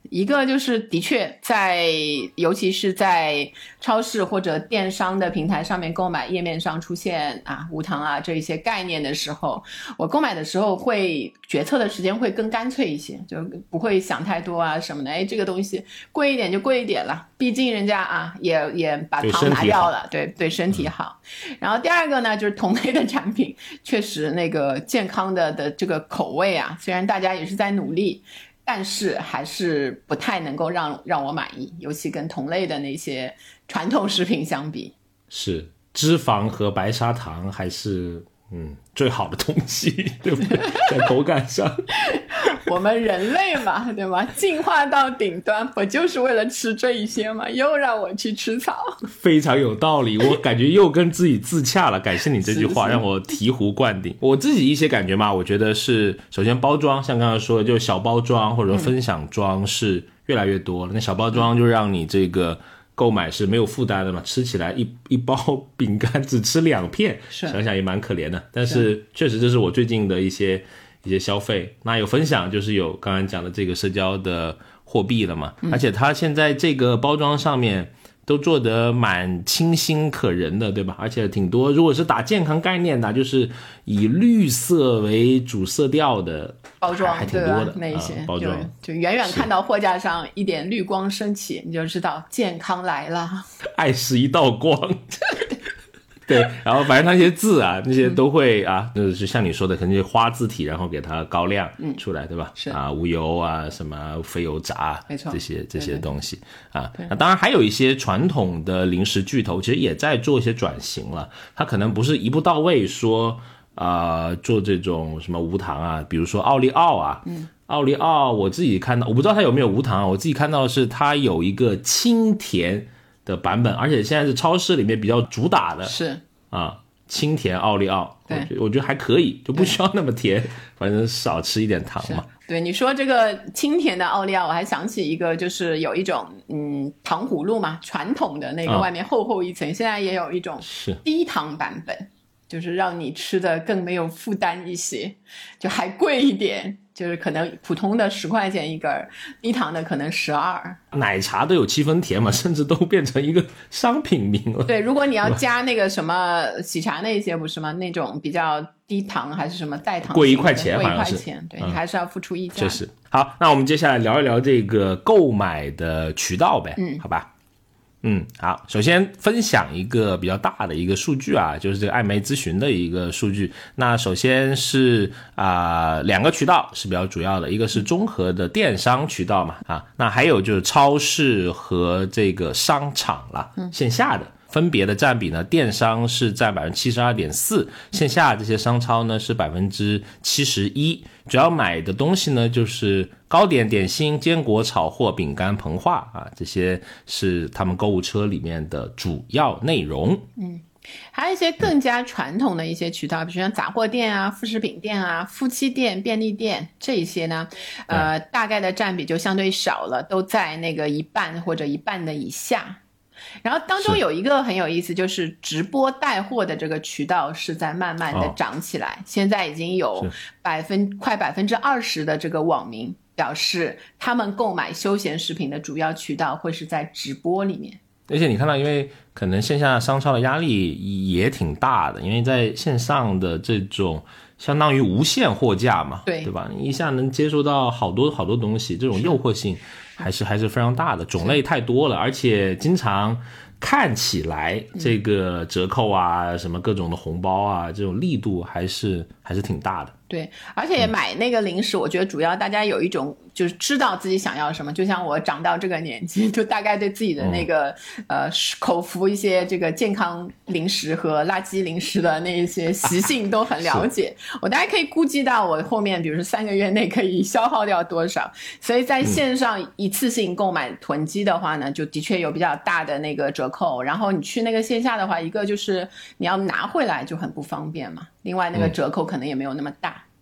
一个就是的确在尤其是在超市或者电商的平台上面购买页面上出现啊无糖啊这一些概念的时候，我购买的时候会决策的时间会更干脆一些，就不会想太多啊什么的。哎，这个东西贵一点就贵一点了，毕竟人家啊也也把糖拿掉了，对对身体好。嗯、然后第二个呢，就是同类的产品，确实那个健康的的这个口味啊，虽然大家也是在努力。但是还是不太能够让让我满意，尤其跟同类的那些传统食品相比。 是脂肪和白砂糖还是嗯最好的东西，对不对？在口感上。 我们人类嘛，对吧？进化到顶端不就是为了吃这一些吗？又让我去吃草， 非常有道理。我感觉又跟自己自洽了，感谢你这句话，让我醍醐灌顶。我自己一些感觉嘛，我觉得是首先包装，像刚刚说的，就小包装或者分享装是越来越多了。嗯、那小包装就让你这个购买是没有负担的嘛，吃起来一一包饼干只吃两片，想想也蛮可怜的。但是确实这是我最近的一些。一些消费，那有分享就是有刚刚讲的这个社交的货币了嘛、嗯、而且它现在这个包装上面都做得蛮清新可人的，对吧？而且挺多，如果是打健康概念的，就是以绿色为主色调的包装， 还挺多的那一些、 啊、包装就, 就远远看到货架上一点绿光升起，你就知道健康来了， 爱是一道光。对，然后反正那些字啊，那些都会啊，就是像你说的，可能是花字体，然后给它高亮出来，嗯、对吧？ 是啊，无油啊，什么非油炸， 没错， 这些这些东西啊。那当然还有一些传统的零食巨头，其实也在做一些转型了。它可能不是一步到位说啊、呃、做这种什么无糖啊，比如说奥利奥啊，嗯，奥利奥我自己看到，我不知道它有没有无糖啊，我自己看到的是它有一个清甜的版本，而且现在是超市里面比较主打的， 是啊，清甜奥利奥， 对， 我觉得我觉得还可以，就不需要那么甜，反正少吃一点糖嘛。 对，你说这个清甜的奥利奥，我还想起一个，就是有一种嗯糖葫芦嘛，传统的那个外面厚厚一层，啊、现在也有一种低糖版本，就是让你吃的更没有负担一些，就还贵一点。就是可能普通的十块钱一根，低糖的可能十二。 奶茶都有七分甜嘛，甚至都变成一个商品名了。 对，如果你要加那个什么喜茶那些不是吗？那种比较低糖还是什么代糖， 贵一块钱， 贵一块钱，对、嗯、你还是要付出溢价。 确实。好，那我们接下来聊一聊这个购买的渠道呗，嗯，好吧。嗯，好，首先分享一个比较大的一个数据啊，就是这个艾媒咨询的一个数据。那首先是啊、呃、两个渠道是比较主要的，一个是综合的电商渠道嘛，啊，那还有就是超市和这个商场啦，线下的。分别的占比呢，电商是占 百分之七十二点四， 线下这些商超呢是 百分之七十一。 主要买的东西呢就是糕点、点心、坚果、炒货、饼干、膨化啊，这些是他们购物车里面的主要内容。 嗯，还有一些更加传统的一些渠道，比如像杂货店啊、副食品店啊、夫妻店、便利店，这一些呢呃，大概的占比就相对少了，都在那个一半或者一半的以下。然后当中有一个很有意思，就是直播带货的这个渠道是在慢慢的涨起来，哦、现在已经有百分快百分之二十的这个网民表示，他们购买休闲食品的主要渠道会是在直播里面。 而且你看到，因为可能线下商超的压力也挺大的，因为在线上的这种相当于无限货架嘛，对对吧？你一下能接触到好多好多东西，这种诱惑性还是还是非常大的，种类太多了，而且经常看起来这个折扣啊、嗯、什么各种的红包啊，这种力度还是还是挺大的。 对，而且买那个零食、嗯、我觉得主要大家有一种就是知道自己想要什么，就像我长到这个年纪，就大概对自己的那个、嗯、呃口服一些这个健康零食和垃圾零食的那一些习性都很了解我大概可以估计到我后面比如说三个月内可以消耗掉多少，所以在线上一次性购买囤积的话呢、嗯、就的确有比较大的那个折扣，然后你去那个线下的话，一个就是你要拿回来就很不方便嘛，另外那个折扣可能也没有那么大。 嗯，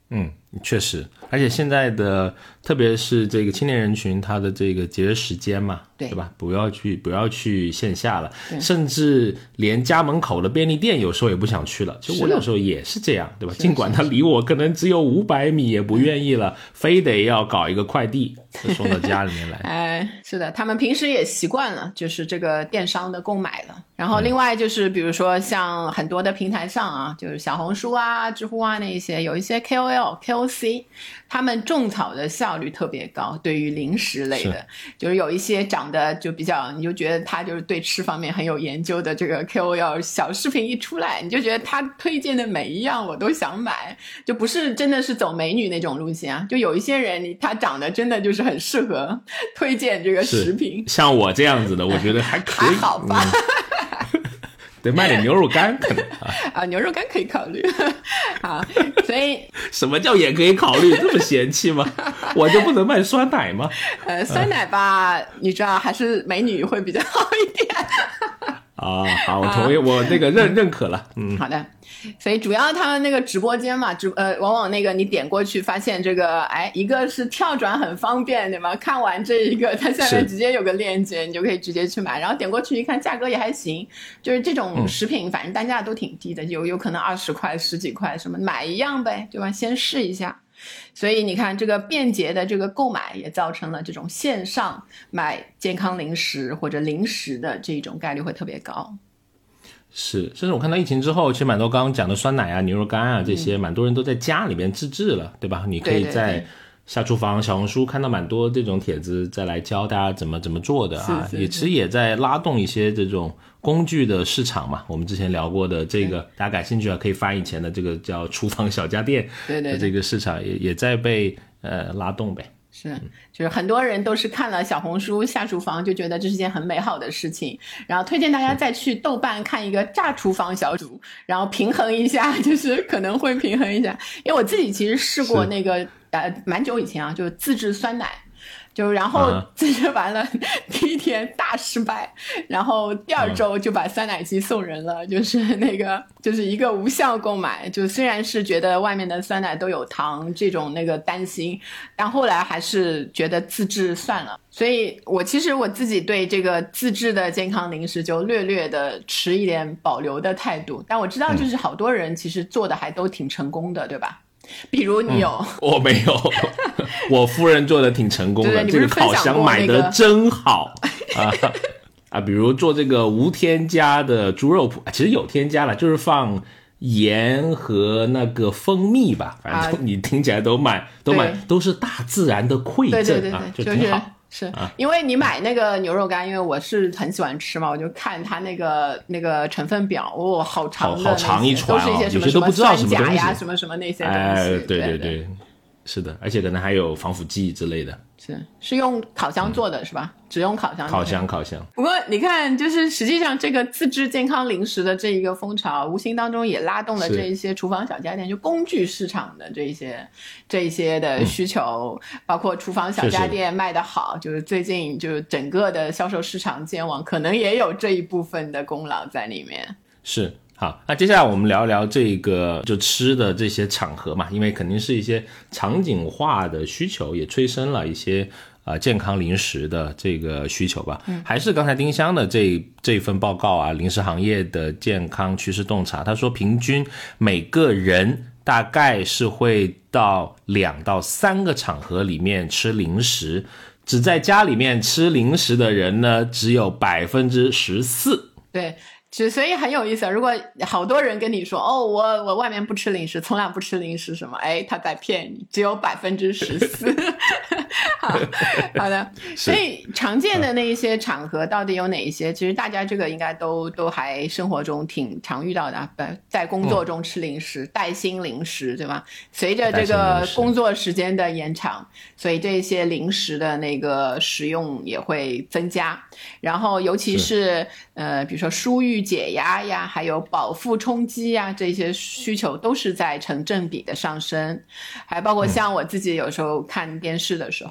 确实，而且现在的特别是这个青年人群，他的这个节约时间嘛， 对, 对吧？不要去不要去线下了，甚至连家门口的便利店有时候也不想去了。其实我有时候也是这样，对吧？尽管他离我可能只有五百米，也不愿意了，非得要搞一个快递送到家里面来。 哎，是的，他们平时也习惯了，就是这个电商的购买了。然后另外就是比如说像很多的平台上啊，就是小红书啊、知乎啊那一些，有一些 K O L、K O C， 他们种草的效率特别高，对于零食类的，就是有一些长得就比较，你就觉得他就是对吃方面很有研究的这个 K O L， 小视频一出来，你就觉得他推荐的每一样我都想买，就不是真的是走美女那种路线啊，就有一些人他长得真的就是很适合推荐这个食品， 像我这样子的我觉得还可以， 还好吧、 嗯、得卖点牛肉干可能 啊, 啊牛肉干可以考虑好，所以什么叫也可以考虑，这么嫌弃吗？我就不能卖酸奶吗？ 呃，酸奶吧、嗯、你知道还是美女会比较好一点啊，好，我同意，我那个认认可了。嗯， 好的。所以主要他们那个直播间嘛，直呃，往往那个你点过去，发现这个，哎，一个是跳转很方便，对吗？看完这一个，它下面直接有个链接，你就可以直接去买。然后点过去一看，价格也还行，就是这种食品，反正单价都挺低的，有有可能二十块、十几块，什么买一样呗，对吧？先试一下。所以你看，这个便捷的这个购买也造成了这种线上买健康零食或者零食的这种概率会特别高。 是，甚至我看到疫情之后，其实蛮多刚刚讲的酸奶啊、牛肉干啊这些，嗯、蛮多人都在家里边自制了，对吧？你可以在下厨房、小红书看到蛮多这种帖子，再来教大家怎么怎么做的啊，是是是也其实也在拉动一些这种工具的市场嘛。我们之前聊过的这个，大家感兴趣啊，可以翻以前的这个叫厨房小家电的这个市场，也也在被呃拉动呗。 是，就是很多人都是看了小红书下厨房就觉得这是件很美好的事情，然后推荐大家再去豆瓣看一个炸厨房小组，然后平衡一下，就是可能会平衡一下。因为我自己其实试过那个呃蛮久以前啊，就自制酸奶，就然后自制完了、嗯、第一天大失败，然后第二周就把酸奶机送人了、嗯、就是那个就是一个无效购买，就虽然是觉得外面的酸奶都有糖这种那个担心，但后来还是觉得自制算了。所以我其实我自己对这个自制的健康零食就略略的持一点保留的态度，但我知道就是好多人其实做的还都挺成功的，对吧？比如你有、 嗯、我没有我夫人做的挺成功的， 对对， 这个烤箱买的真好啊啊！比如做这个无添加的猪肉脯，其实有添加了，就是放盐和那个蜂蜜吧，反正你听起来都蛮、啊、都蛮都是大自然的馈赠，对对对对啊，就挺好。 就是是、啊、因为你买那个牛肉干，因为我是很喜欢吃嘛，我就看它那个那个成分表，哦，好长的， 好好长一串、哦、 都是一些什么什么酸钾呀，什么什么那些东西。 哎，对对对, 对, 对，是的，而且可能还有防腐剂之类的。 是是用烤箱做的、嗯、是吧？只用烤箱。 烤箱烤箱。 不过你看，就是实际上这个自制健康零食的这一个风潮，无形当中也拉动了这一些厨房小家电，就工具市场的这一些这一些的需求、嗯，包括厨房小家电卖得好，就是最近就是整个的销售市场健旺，可能也有这一部分的功劳在里面。 是。好，那接下来我们聊一聊这个就吃的这些场合嘛，因为肯定是一些场景化的需求，也催生了一些呃健康零食的这个需求吧。嗯，还是刚才丁香的这这份报告啊，零食行业的健康趋势洞察，他说平均每个人大概是会到两到三个场合里面吃零食，只在家里面吃零食的人呢，只有百分之十四。 对。所以很有意思，如果好多人跟你说哦，我我外面不吃零食，从来不吃零食什么，哎，他在骗你，只有百分之十四。好好的，所以常见的那一些场合到底有哪一些？其实大家这个应该都都还生活中挺常遇到的啊，在工作中吃零食，带薪零食，对吧？随着这个工作时间的延长，所以这些零食的那个使用也会增加，然后尤其是呃，比如说疏郁解压呀，还有饱腹充饥呀，这些需求都是在成正比的上升。还包括像我自己有时候看电视的时候，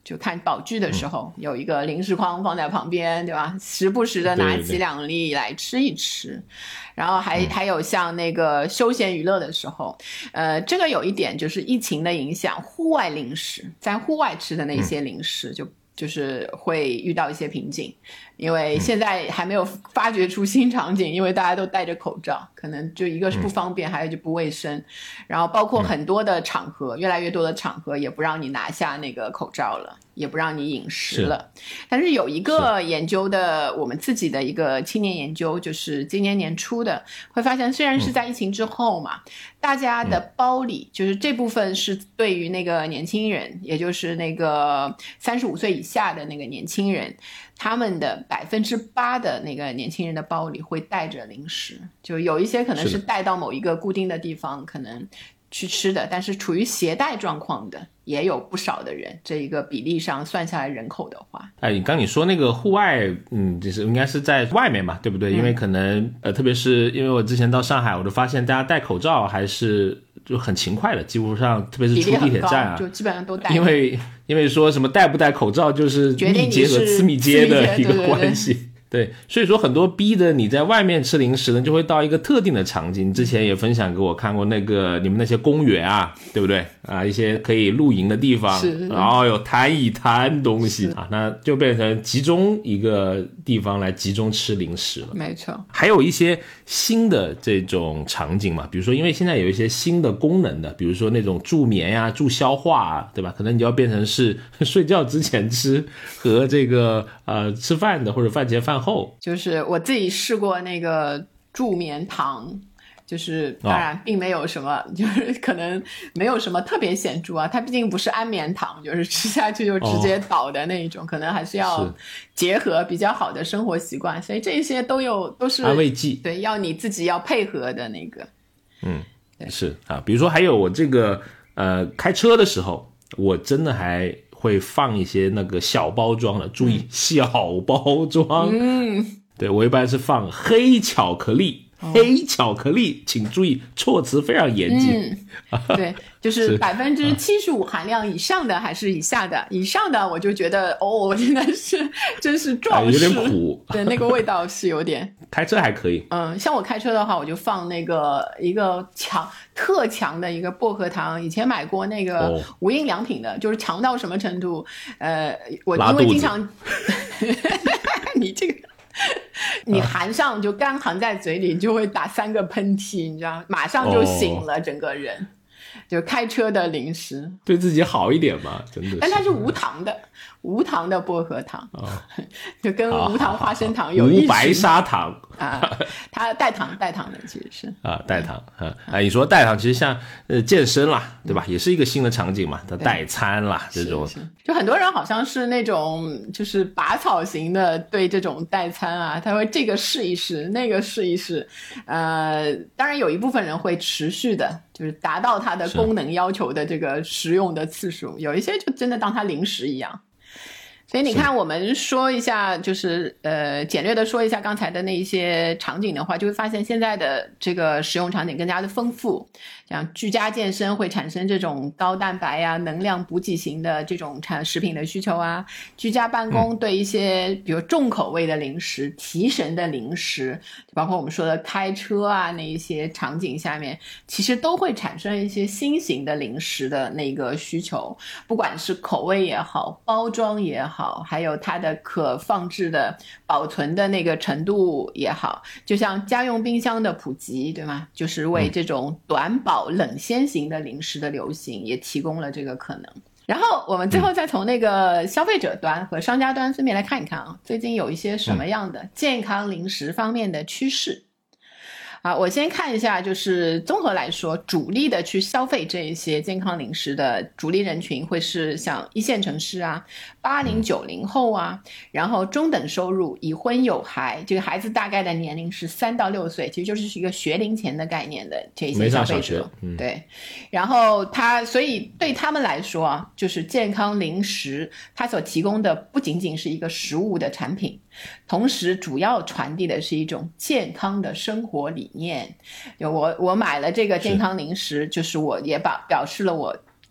就看宝剧的时候、嗯、有一个零食筐放在旁边，对吧？时不时的拿几两粒来吃一吃。对对对，然后还、嗯、还有像那个休闲娱乐的时候，呃，这个有一点就是疫情的影响，户外零食，在户外吃的那些零食就、嗯、就是会遇到一些瓶颈。因为现在还没有发掘出新场景，因为大家都戴着口罩，可能就一个是不方便、嗯、还有就不卫生，然后包括很多的场合、嗯、越来越多的场合也不让你拿下那个口罩了，也不让你饮食了。但是有一个研究的，我们自己的一个青年研究，就是今年年初的，会发现虽然是在疫情之后嘛、嗯、大家的包里、嗯、就是这部分是对于那个年轻人，也就是那个三十五岁以下的那个年轻人，他们的百分之八的那个年轻人的包里会带着零食，就有一些可能是带到某一个固定的地方可能去吃的，但是处于携带状况的也有不少的人，这一个比例上算下来人口的话， 哎，你刚你说那个户外，嗯，就是应该是在外面嘛，对不对？嗯、因为可能呃，特别是因为我之前到上海，我就发现大家戴口罩还是就很勤快的，基本上特别是出地铁站啊， 就基本上都戴。 因为因为说什么戴不戴口罩就是密接和次密接的一个关系。对对对对，所以说很多逼的你在外面吃零食呢，就会到一个特定的场景。之前也分享给我看过那个你们那些公园啊，对不对啊？一些可以露营的地方，然后有摊一摊东西啊，那就变成集中一个地方来集中吃零食了。 没错， 还有一些新的这种场景嘛，比如说因为现在有一些新的功能的，比如说那种助眠呀、助消化啊，对吧？可能你要变成是睡觉之前吃和这个呃吃饭的或者饭前饭后。 就是我自己试过那个助眠糖，就是当然并没有什么、哦、就是可能没有什么特别显著啊，它毕竟不是安眠糖，就是吃下去就直接倒的那一种、哦、可能还是要结合比较好的生活习惯，所以这些都有都是安慰剂， 对，要你自己要配合的那个。 嗯，是啊，比如说还有我这个呃开车的时候，我真的还会放一些那个小包装的，注意、嗯、小包装。嗯，对，我一般是放黑巧克力。哦、黑巧克力，请注意措辞非常严谨。 嗯、对，就是百分之七十五含量以上的还是以下的？以上的我就觉得哦，真的是真是壮士、 哎，有点苦。 对，那个味道是有点。 开车还可以。 嗯，像我开车的话，我就放那个一个强特强的一个薄荷糖。以前买过那个无印良品的，哦、就是强到什么程度？呃，我因为经常，你这个。你含上就刚含在嘴里，你就会打三个喷嚏，你知道，马上就醒了，整个人。哦、就开车的零食， 对自己好一点嘛，真的是。 但它是无糖的，无糖的薄荷糖，哦、就跟无糖花生糖有异曲。 无白砂糖啊，它代糖代糖的其实是啊，代糖啊啊，你说代糖其实像呃健身啦，对吧？也是一个新的场景嘛，它代餐啦这种。 就很多人好像是那种就是拔草型的，对这种代餐啊，他会这个试一试，那个试一试。呃，当然有一部分人会持续的，就是达到它的功能要求的这个食用的次数，有一些就真的当它零食一样。所以你看，我们说一下，就是呃，简略的说一下刚才的那一些场景的话，就会发现现在的这个使用场景更加的丰富。像居家健身会产生这种高蛋白呀、能量补给型的这种产食品的需求啊；居家办公对一些比如重口味的零食、提神的零食，包括我们说的开车啊那一些场景下面，其实都会产生一些新型的零食的那个需求，不管是口味也好，包装也好，还有它的可放置的保存的那个程度也好，就像家用冰箱的普及，对吗？就是为这种短保冷鲜型的零食的流行也提供了这个可能。然后我们最后再从那个消费者端和商家端分别来看一看啊，最近有一些什么样的健康零食方面的趋势。啊，我先看一下，就是综合来说，主力的去消费这一些健康零食的主力人群会是像一线城市啊、八零九零后啊，然后中等收入、已婚有孩，这个孩子大概的年龄是三到六岁，其实就是一个学龄前的概念的这些消费者。嗯、对，然后他所以对他们来说啊，就是健康零食，它所提供的不仅仅是一个食物的产品。同时主要传递的是一种健康的生活理念。我我买了这个健康零食，就是我也把表示了我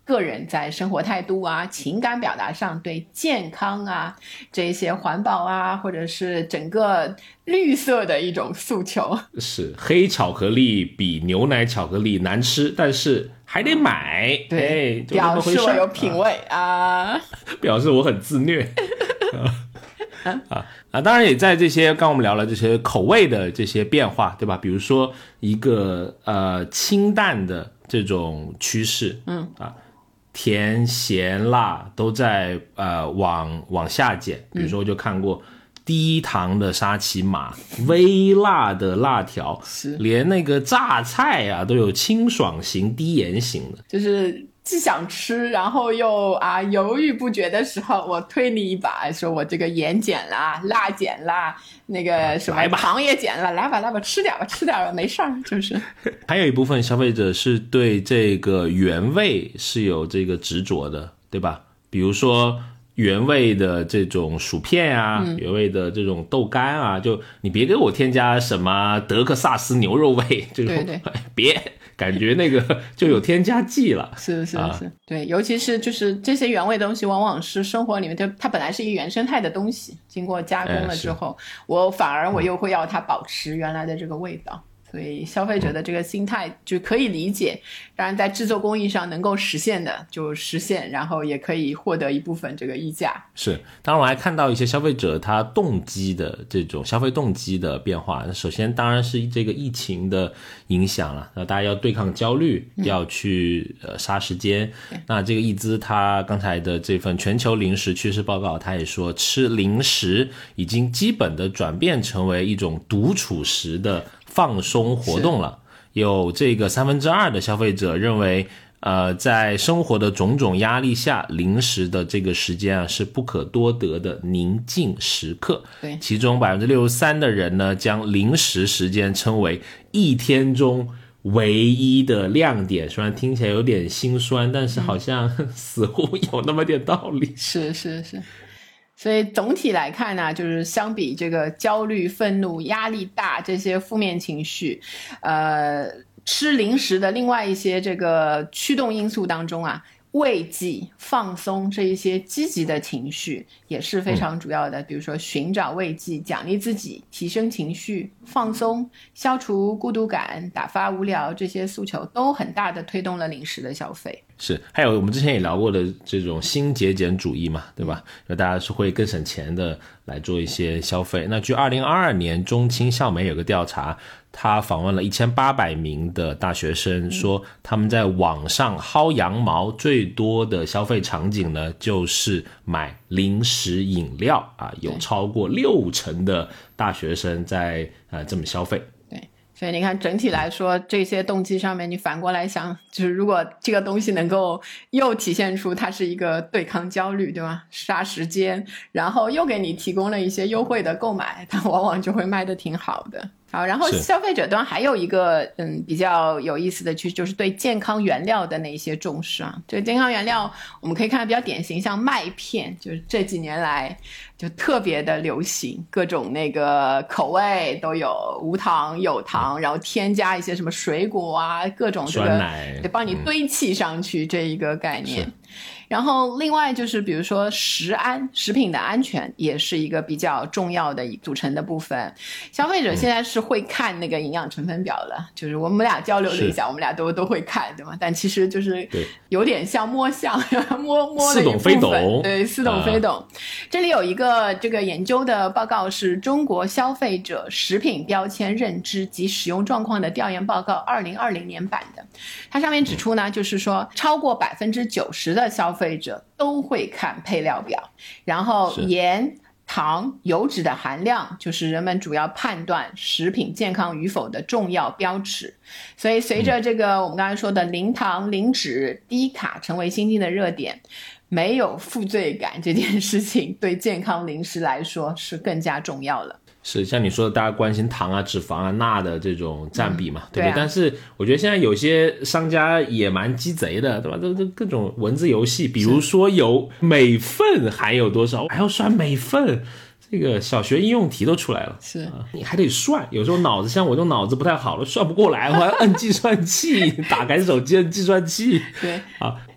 个人在生活态度啊、情感表达上对健康啊、这些环保啊，或者是整个绿色的一种诉求。 是，黑巧克力比牛奶巧克力难吃，但是还得买。 对， 哎、 表示我有品味啊，啊表示我很自虐。啊啊，当然也在这些刚我们聊了这些口味的这些变化，对吧？比如说一个呃清淡的这种趋势， 嗯啊，甜咸辣都在呃往往下减。比如说我就看过低糖的沙琪玛，微辣的辣条，连那个榨菜啊都有清爽型、低盐型的， 就是。既想吃，然后又啊犹豫不决的时候，我推你一把，说我这个盐减啦，辣减啦，那个什么糖也减了，来吧来吧，吃点吧吃点吧，没事儿，就是。 还有一部分消费者是对这个原味是有这个执着的，对吧？比如说原味的这种薯片啊、嗯、原味的这种豆干啊，就你别给我添加什么德克萨斯牛肉味这种， 对对， 别。感觉那个就有添加剂了， 是是是、啊，对，尤其是就是这些原味东西，往往是生活里面就它本来是一个原生态的东西，经过加工了之后，哎、我反而我又会要它保持原来的这个味道。嗯，所以消费者的这个心态就可以理解，当然在制作工艺上能够实现的就实现，然后也可以获得一部分这个溢价。 是，当然我还看到一些消费者他动机的这种消费动机的变化，首先当然是这个疫情的影响了，那大家要对抗焦虑，嗯、要去呃杀时间。那这个易资他刚才的这份全球零食趋势报告，他也说吃零食已经基本的转变成为一种独处时的放松活动了。有这个三分之二的消费者认为呃，在生活的种种压力下，零食的这个时间啊是不可多得的宁静时刻。 对， 其中 百分之六十三 的人呢将零食时间称为一天中唯一的亮点。虽然听起来有点心酸，但是好像、嗯、似乎有那么点道理。 是是是。所以总体来看呢，就是相比这个焦虑、愤怒、压力大这些负面情绪，呃，吃零食的另外一些这个驱动因素当中啊，慰藉、放松这一些积极的情绪也是非常主要的。嗯、比如说寻找慰藉、奖励自己、提升情绪、放松、消除孤独感、打发无聊，这些诉求都很大的推动了零食的消费。 是，还有我们之前也聊过的这种新节俭主义嘛，对吧？那大家是会更省钱的来做一些消费。那据二零二二年中青校媒有个调查，他访问了一千八百名的大学生，说他们在网上薅羊毛最多的消费场景呢，就是买零食饮料啊，有超过六成的大学生在呃这么消费。 所以你看整体来说这些动机上面，你反过来想，就是如果这个东西能够又体现出它是一个对抗焦虑，对吧？杀时间，然后又给你提供了一些优惠的购买，它往往就会卖得挺好的。好，然后消费者端还有一个嗯比较有意思的趋势，就是对健康原料的那些重视啊。这个健康原料我们可以看比较典型，像麦片，就是这几年来就特别的流行，各种那个口味都有，无糖有糖，然后添加一些什么水果啊，各种这个得帮你堆砌上去这一个概念。然后另外就是比如说食安，食品的安全也是一个比较重要的组成的部分。消费者现在是会看那个营养成分表了，嗯、就是我们俩交流了一下，我们俩都都会看，对吗？但其实就是有点像摸象，摸摸的一部分，似懂非懂，对，似懂非懂。啊、这里有一个这个研究的报告，是中国消费者食品标签认知及使用状况的调研报告二零二零年版的。它上面指出呢，就是说超过百分之九十的消费者都会看配料表，然后盐、糖、油脂的含量就是人们主要判断食品健康与否的重要标尺。所以随着这个我们刚才说的零糖、零脂、低卡成为新兴的热点，没有负罪感这件事情对健康零食来说是更加重要了。 是像你说的，大家关心糖啊、脂肪啊、钠的这种占比嘛，嗯、对不对？ 对啊、 但是我觉得现在有些商家也蛮鸡贼的，对吧？这这各种文字游戏，比如说有镁分含有多少，还要算镁分。这个小学应用题都出来了， 是、 啊、你还得算。有时候脑子像我这种脑子不太好了，算不过来，我还要摁计算器，打开手机摁计算器。 对啊。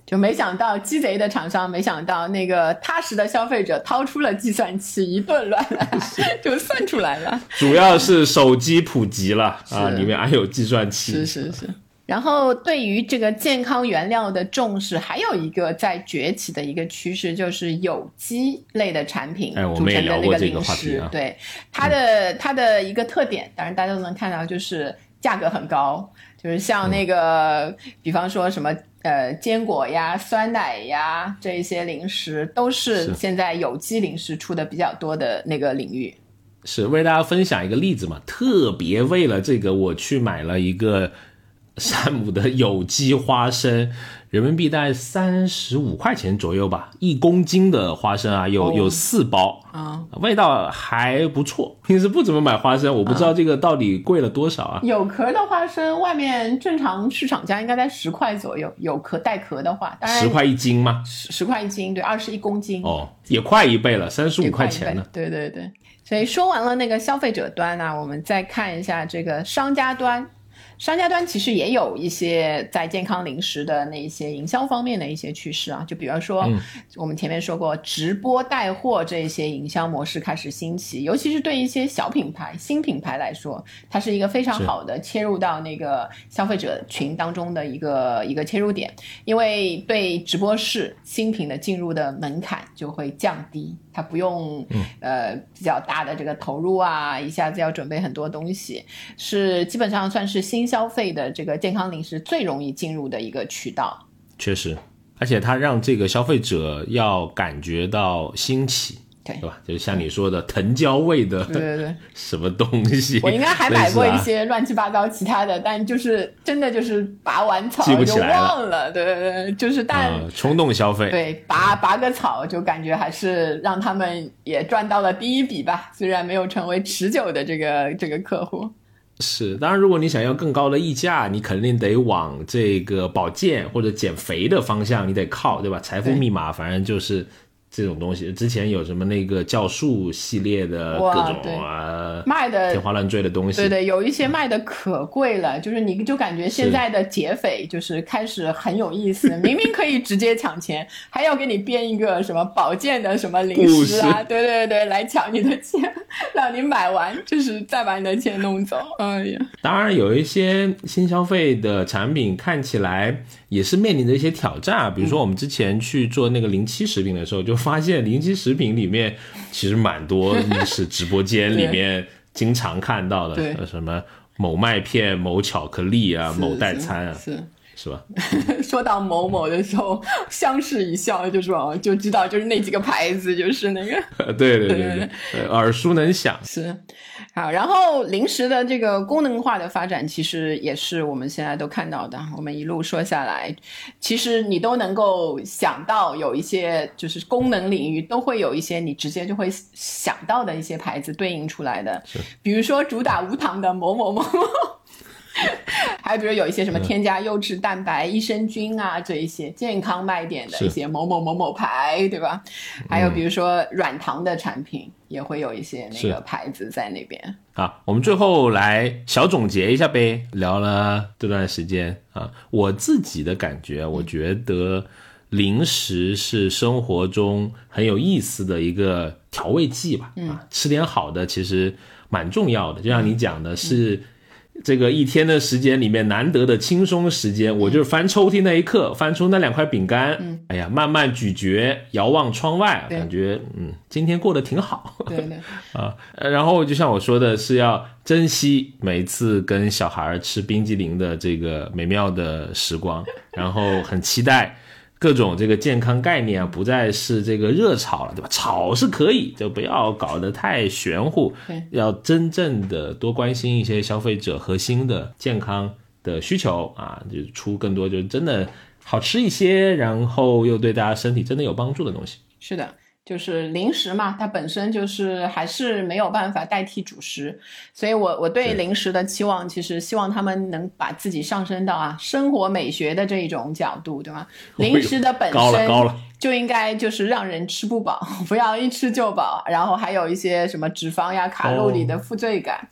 就没想到鸡贼的厂商，没想到那个踏实的消费者掏出了计算器，一顿乱来就算出来了。 主要是手机普及了啊，里面还有计算器。 是是是。然后对于这个健康原料的重视，还有一个在崛起的一个趋势，就是有机类的产品组成的那个零食。哎啊、对它的、嗯、它的一个特点，当然大家都能看到，就是价格很高，就是像那个、嗯、比方说什么呃坚果呀、酸奶呀这一些零食，都是现在有机零食出的比较多的那个领域。 是为大家分享一个例子嘛，特别为了这个我去买了一个山姆的有机花生，人民币大概三十五块钱左右吧，一公斤的花生啊，有、哦、有四包啊、嗯，味道还不错。平时不怎么买花生，我不知道这个到底贵了多少啊。 有壳的花生外面正常市场价应该在十块左右，有壳带壳的话，当然十块一斤吗？ 十块一斤，对，二十一公斤。 哦，也快一倍了，三十五块钱呢。 对对对。所以说完了那个消费者端呢、啊，我们再看一下这个商家端。商家端其实也有一些在健康零食的那一些营销方面的一些趋势啊，就比方说、嗯、我们前面说过直播带货这些营销模式开始兴起，尤其是对一些小品牌新品牌来说，它是一个非常好的切入到那个消费者群当中的一个一个切入点，因为对直播室新品的进入的门槛就会降低，它不用、嗯、呃比较大的这个投入啊，一下子要准备很多东西，是基本上算是新消费的这个健康零食最容易进入的一个渠道。 确实，而且它让这个消费者要感觉到新奇，对, 对吧？就是像你说的藤椒味的，对对对，什么东西？ 我应该还买过一些乱七八糟其他的，啊、但就是真的就是拔完草就忘了，对对对，就是但、 呃、冲动消费， 对，拔拔个草就感觉还是让他们也赚到了第一笔吧，虽然没有成为持久的这个这个客户。 是，当然如果你想要更高的溢价，你肯定得往这个保健或者减肥的方向你得靠，对吧？财富密码反正就是这种东西，之前有什么那个酵素系列的各种啊卖的天花乱坠的东西， 对对，有一些卖的可贵了，就是你就感觉现在的劫匪就是开始很有意思，明明可以直接抢钱，还要给你编一个什么保健的什么零食啊，对对对，来抢你的钱，让你买完就是再把你的钱弄走。哎呀， 当然有一些新消费的产品看起来也是面临着一些挑战，比如说我们之前去做那个零七食品的时候，就发现零七食品里面其实蛮多是直播间里面经常看到的，什么某麦片、某巧克力啊、某代餐啊， 是 是, 是吧？ 说到某某的时候，相视一笑，就说就知道就是那几个牌子，就是那个， 对对对对，对耳熟能详。 是。好，然后零食的这个功能化的发展其实也是我们现在都看到的，我们一路说下来，其实你都能够想到有一些就是功能领域都会有一些你直接就会想到的一些牌子对应出来的，比如说主打无糖的某某某某还有比如有一些什么添加优质蛋白、益生菌啊，这一些健康卖点的一些某某某某牌，对吧？还有比如说软糖的产品也会有一些那个牌子在那边。 好，我们最后来小总结一下呗，聊了这段时间啊，我自己的感觉，我觉得零食是生活中很有意思的一个调味剂吧，嗯、啊，吃点好的其实蛮重要的，就像你讲的是、嗯这个一天的时间里面难得的轻松时间，我就是翻抽屉那一刻翻出那两块饼干、嗯、哎呀慢慢咀嚼，遥望窗外，感觉嗯今天过得挺好， 对对啊，然后就像我说的是要珍惜每一次跟小孩吃冰激凌的这个美妙的时光，然后很期待各种这个健康概念啊，不再是这个热炒了，对吧？炒是可以，就不要搞得太玄乎，要真正的多关心一些消费者核心的健康的需求啊，就出更多就真的好吃一些，然后又对大家身体真的有帮助的东西。 是的，就是零食嘛，它本身就是还是没有办法代替主食，所以我我对零食的期望其实希望他们能把自己上升到啊生活美学的这一种角度，对吗？零食的本身就应该就是让人吃不饱，不要一吃就饱，然后还有一些什么脂肪呀卡路里的负罪感、哦、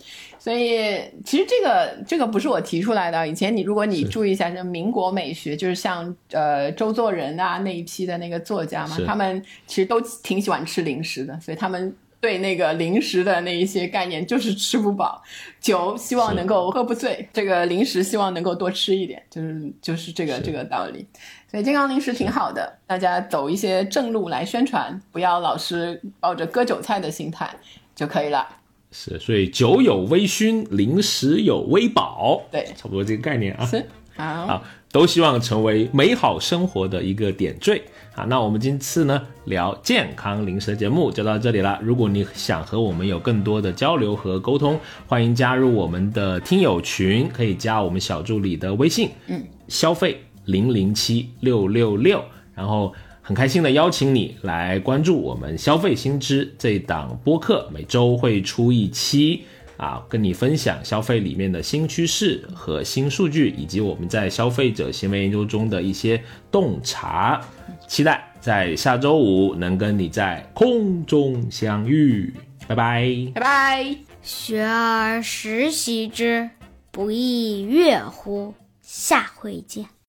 所以其实这个这个不是我提出来的，以前你如果你注意一下，像民国美学，就是像呃周作人啊那一批的那个作家嘛，他们其实都挺喜欢吃零食的，所以他们对那个零食的那一些概念就是吃不饱，酒希望能够喝不醉，这个零食希望能够多吃一点，就是就是这个这个道理。所以健康零食挺好的，大家走一些正路来宣传，不要老是抱着割韭菜的心态就可以了。 是，所以酒有微醺，零食有微饱， 对， 差不多这个概念啊。 是，好， 好，都希望成为美好生活的一个点缀。好，那我们今次呢聊健康零食的节目就到这里了。如果你想和我们有更多的交流和沟通，欢迎加入我们的听友群，可以加我们小助理的微信，嗯，消费零零七六六六，然后很开心的邀请你来关注我们消费新知这一档播客，每周会出一期啊，跟你分享消费里面的新趋势和新数据，以及我们在消费者行为研究中的一些洞察。期待在下周五能跟你在空中相遇，拜拜， 拜拜。 学而时习之，不亦说乎？下回见。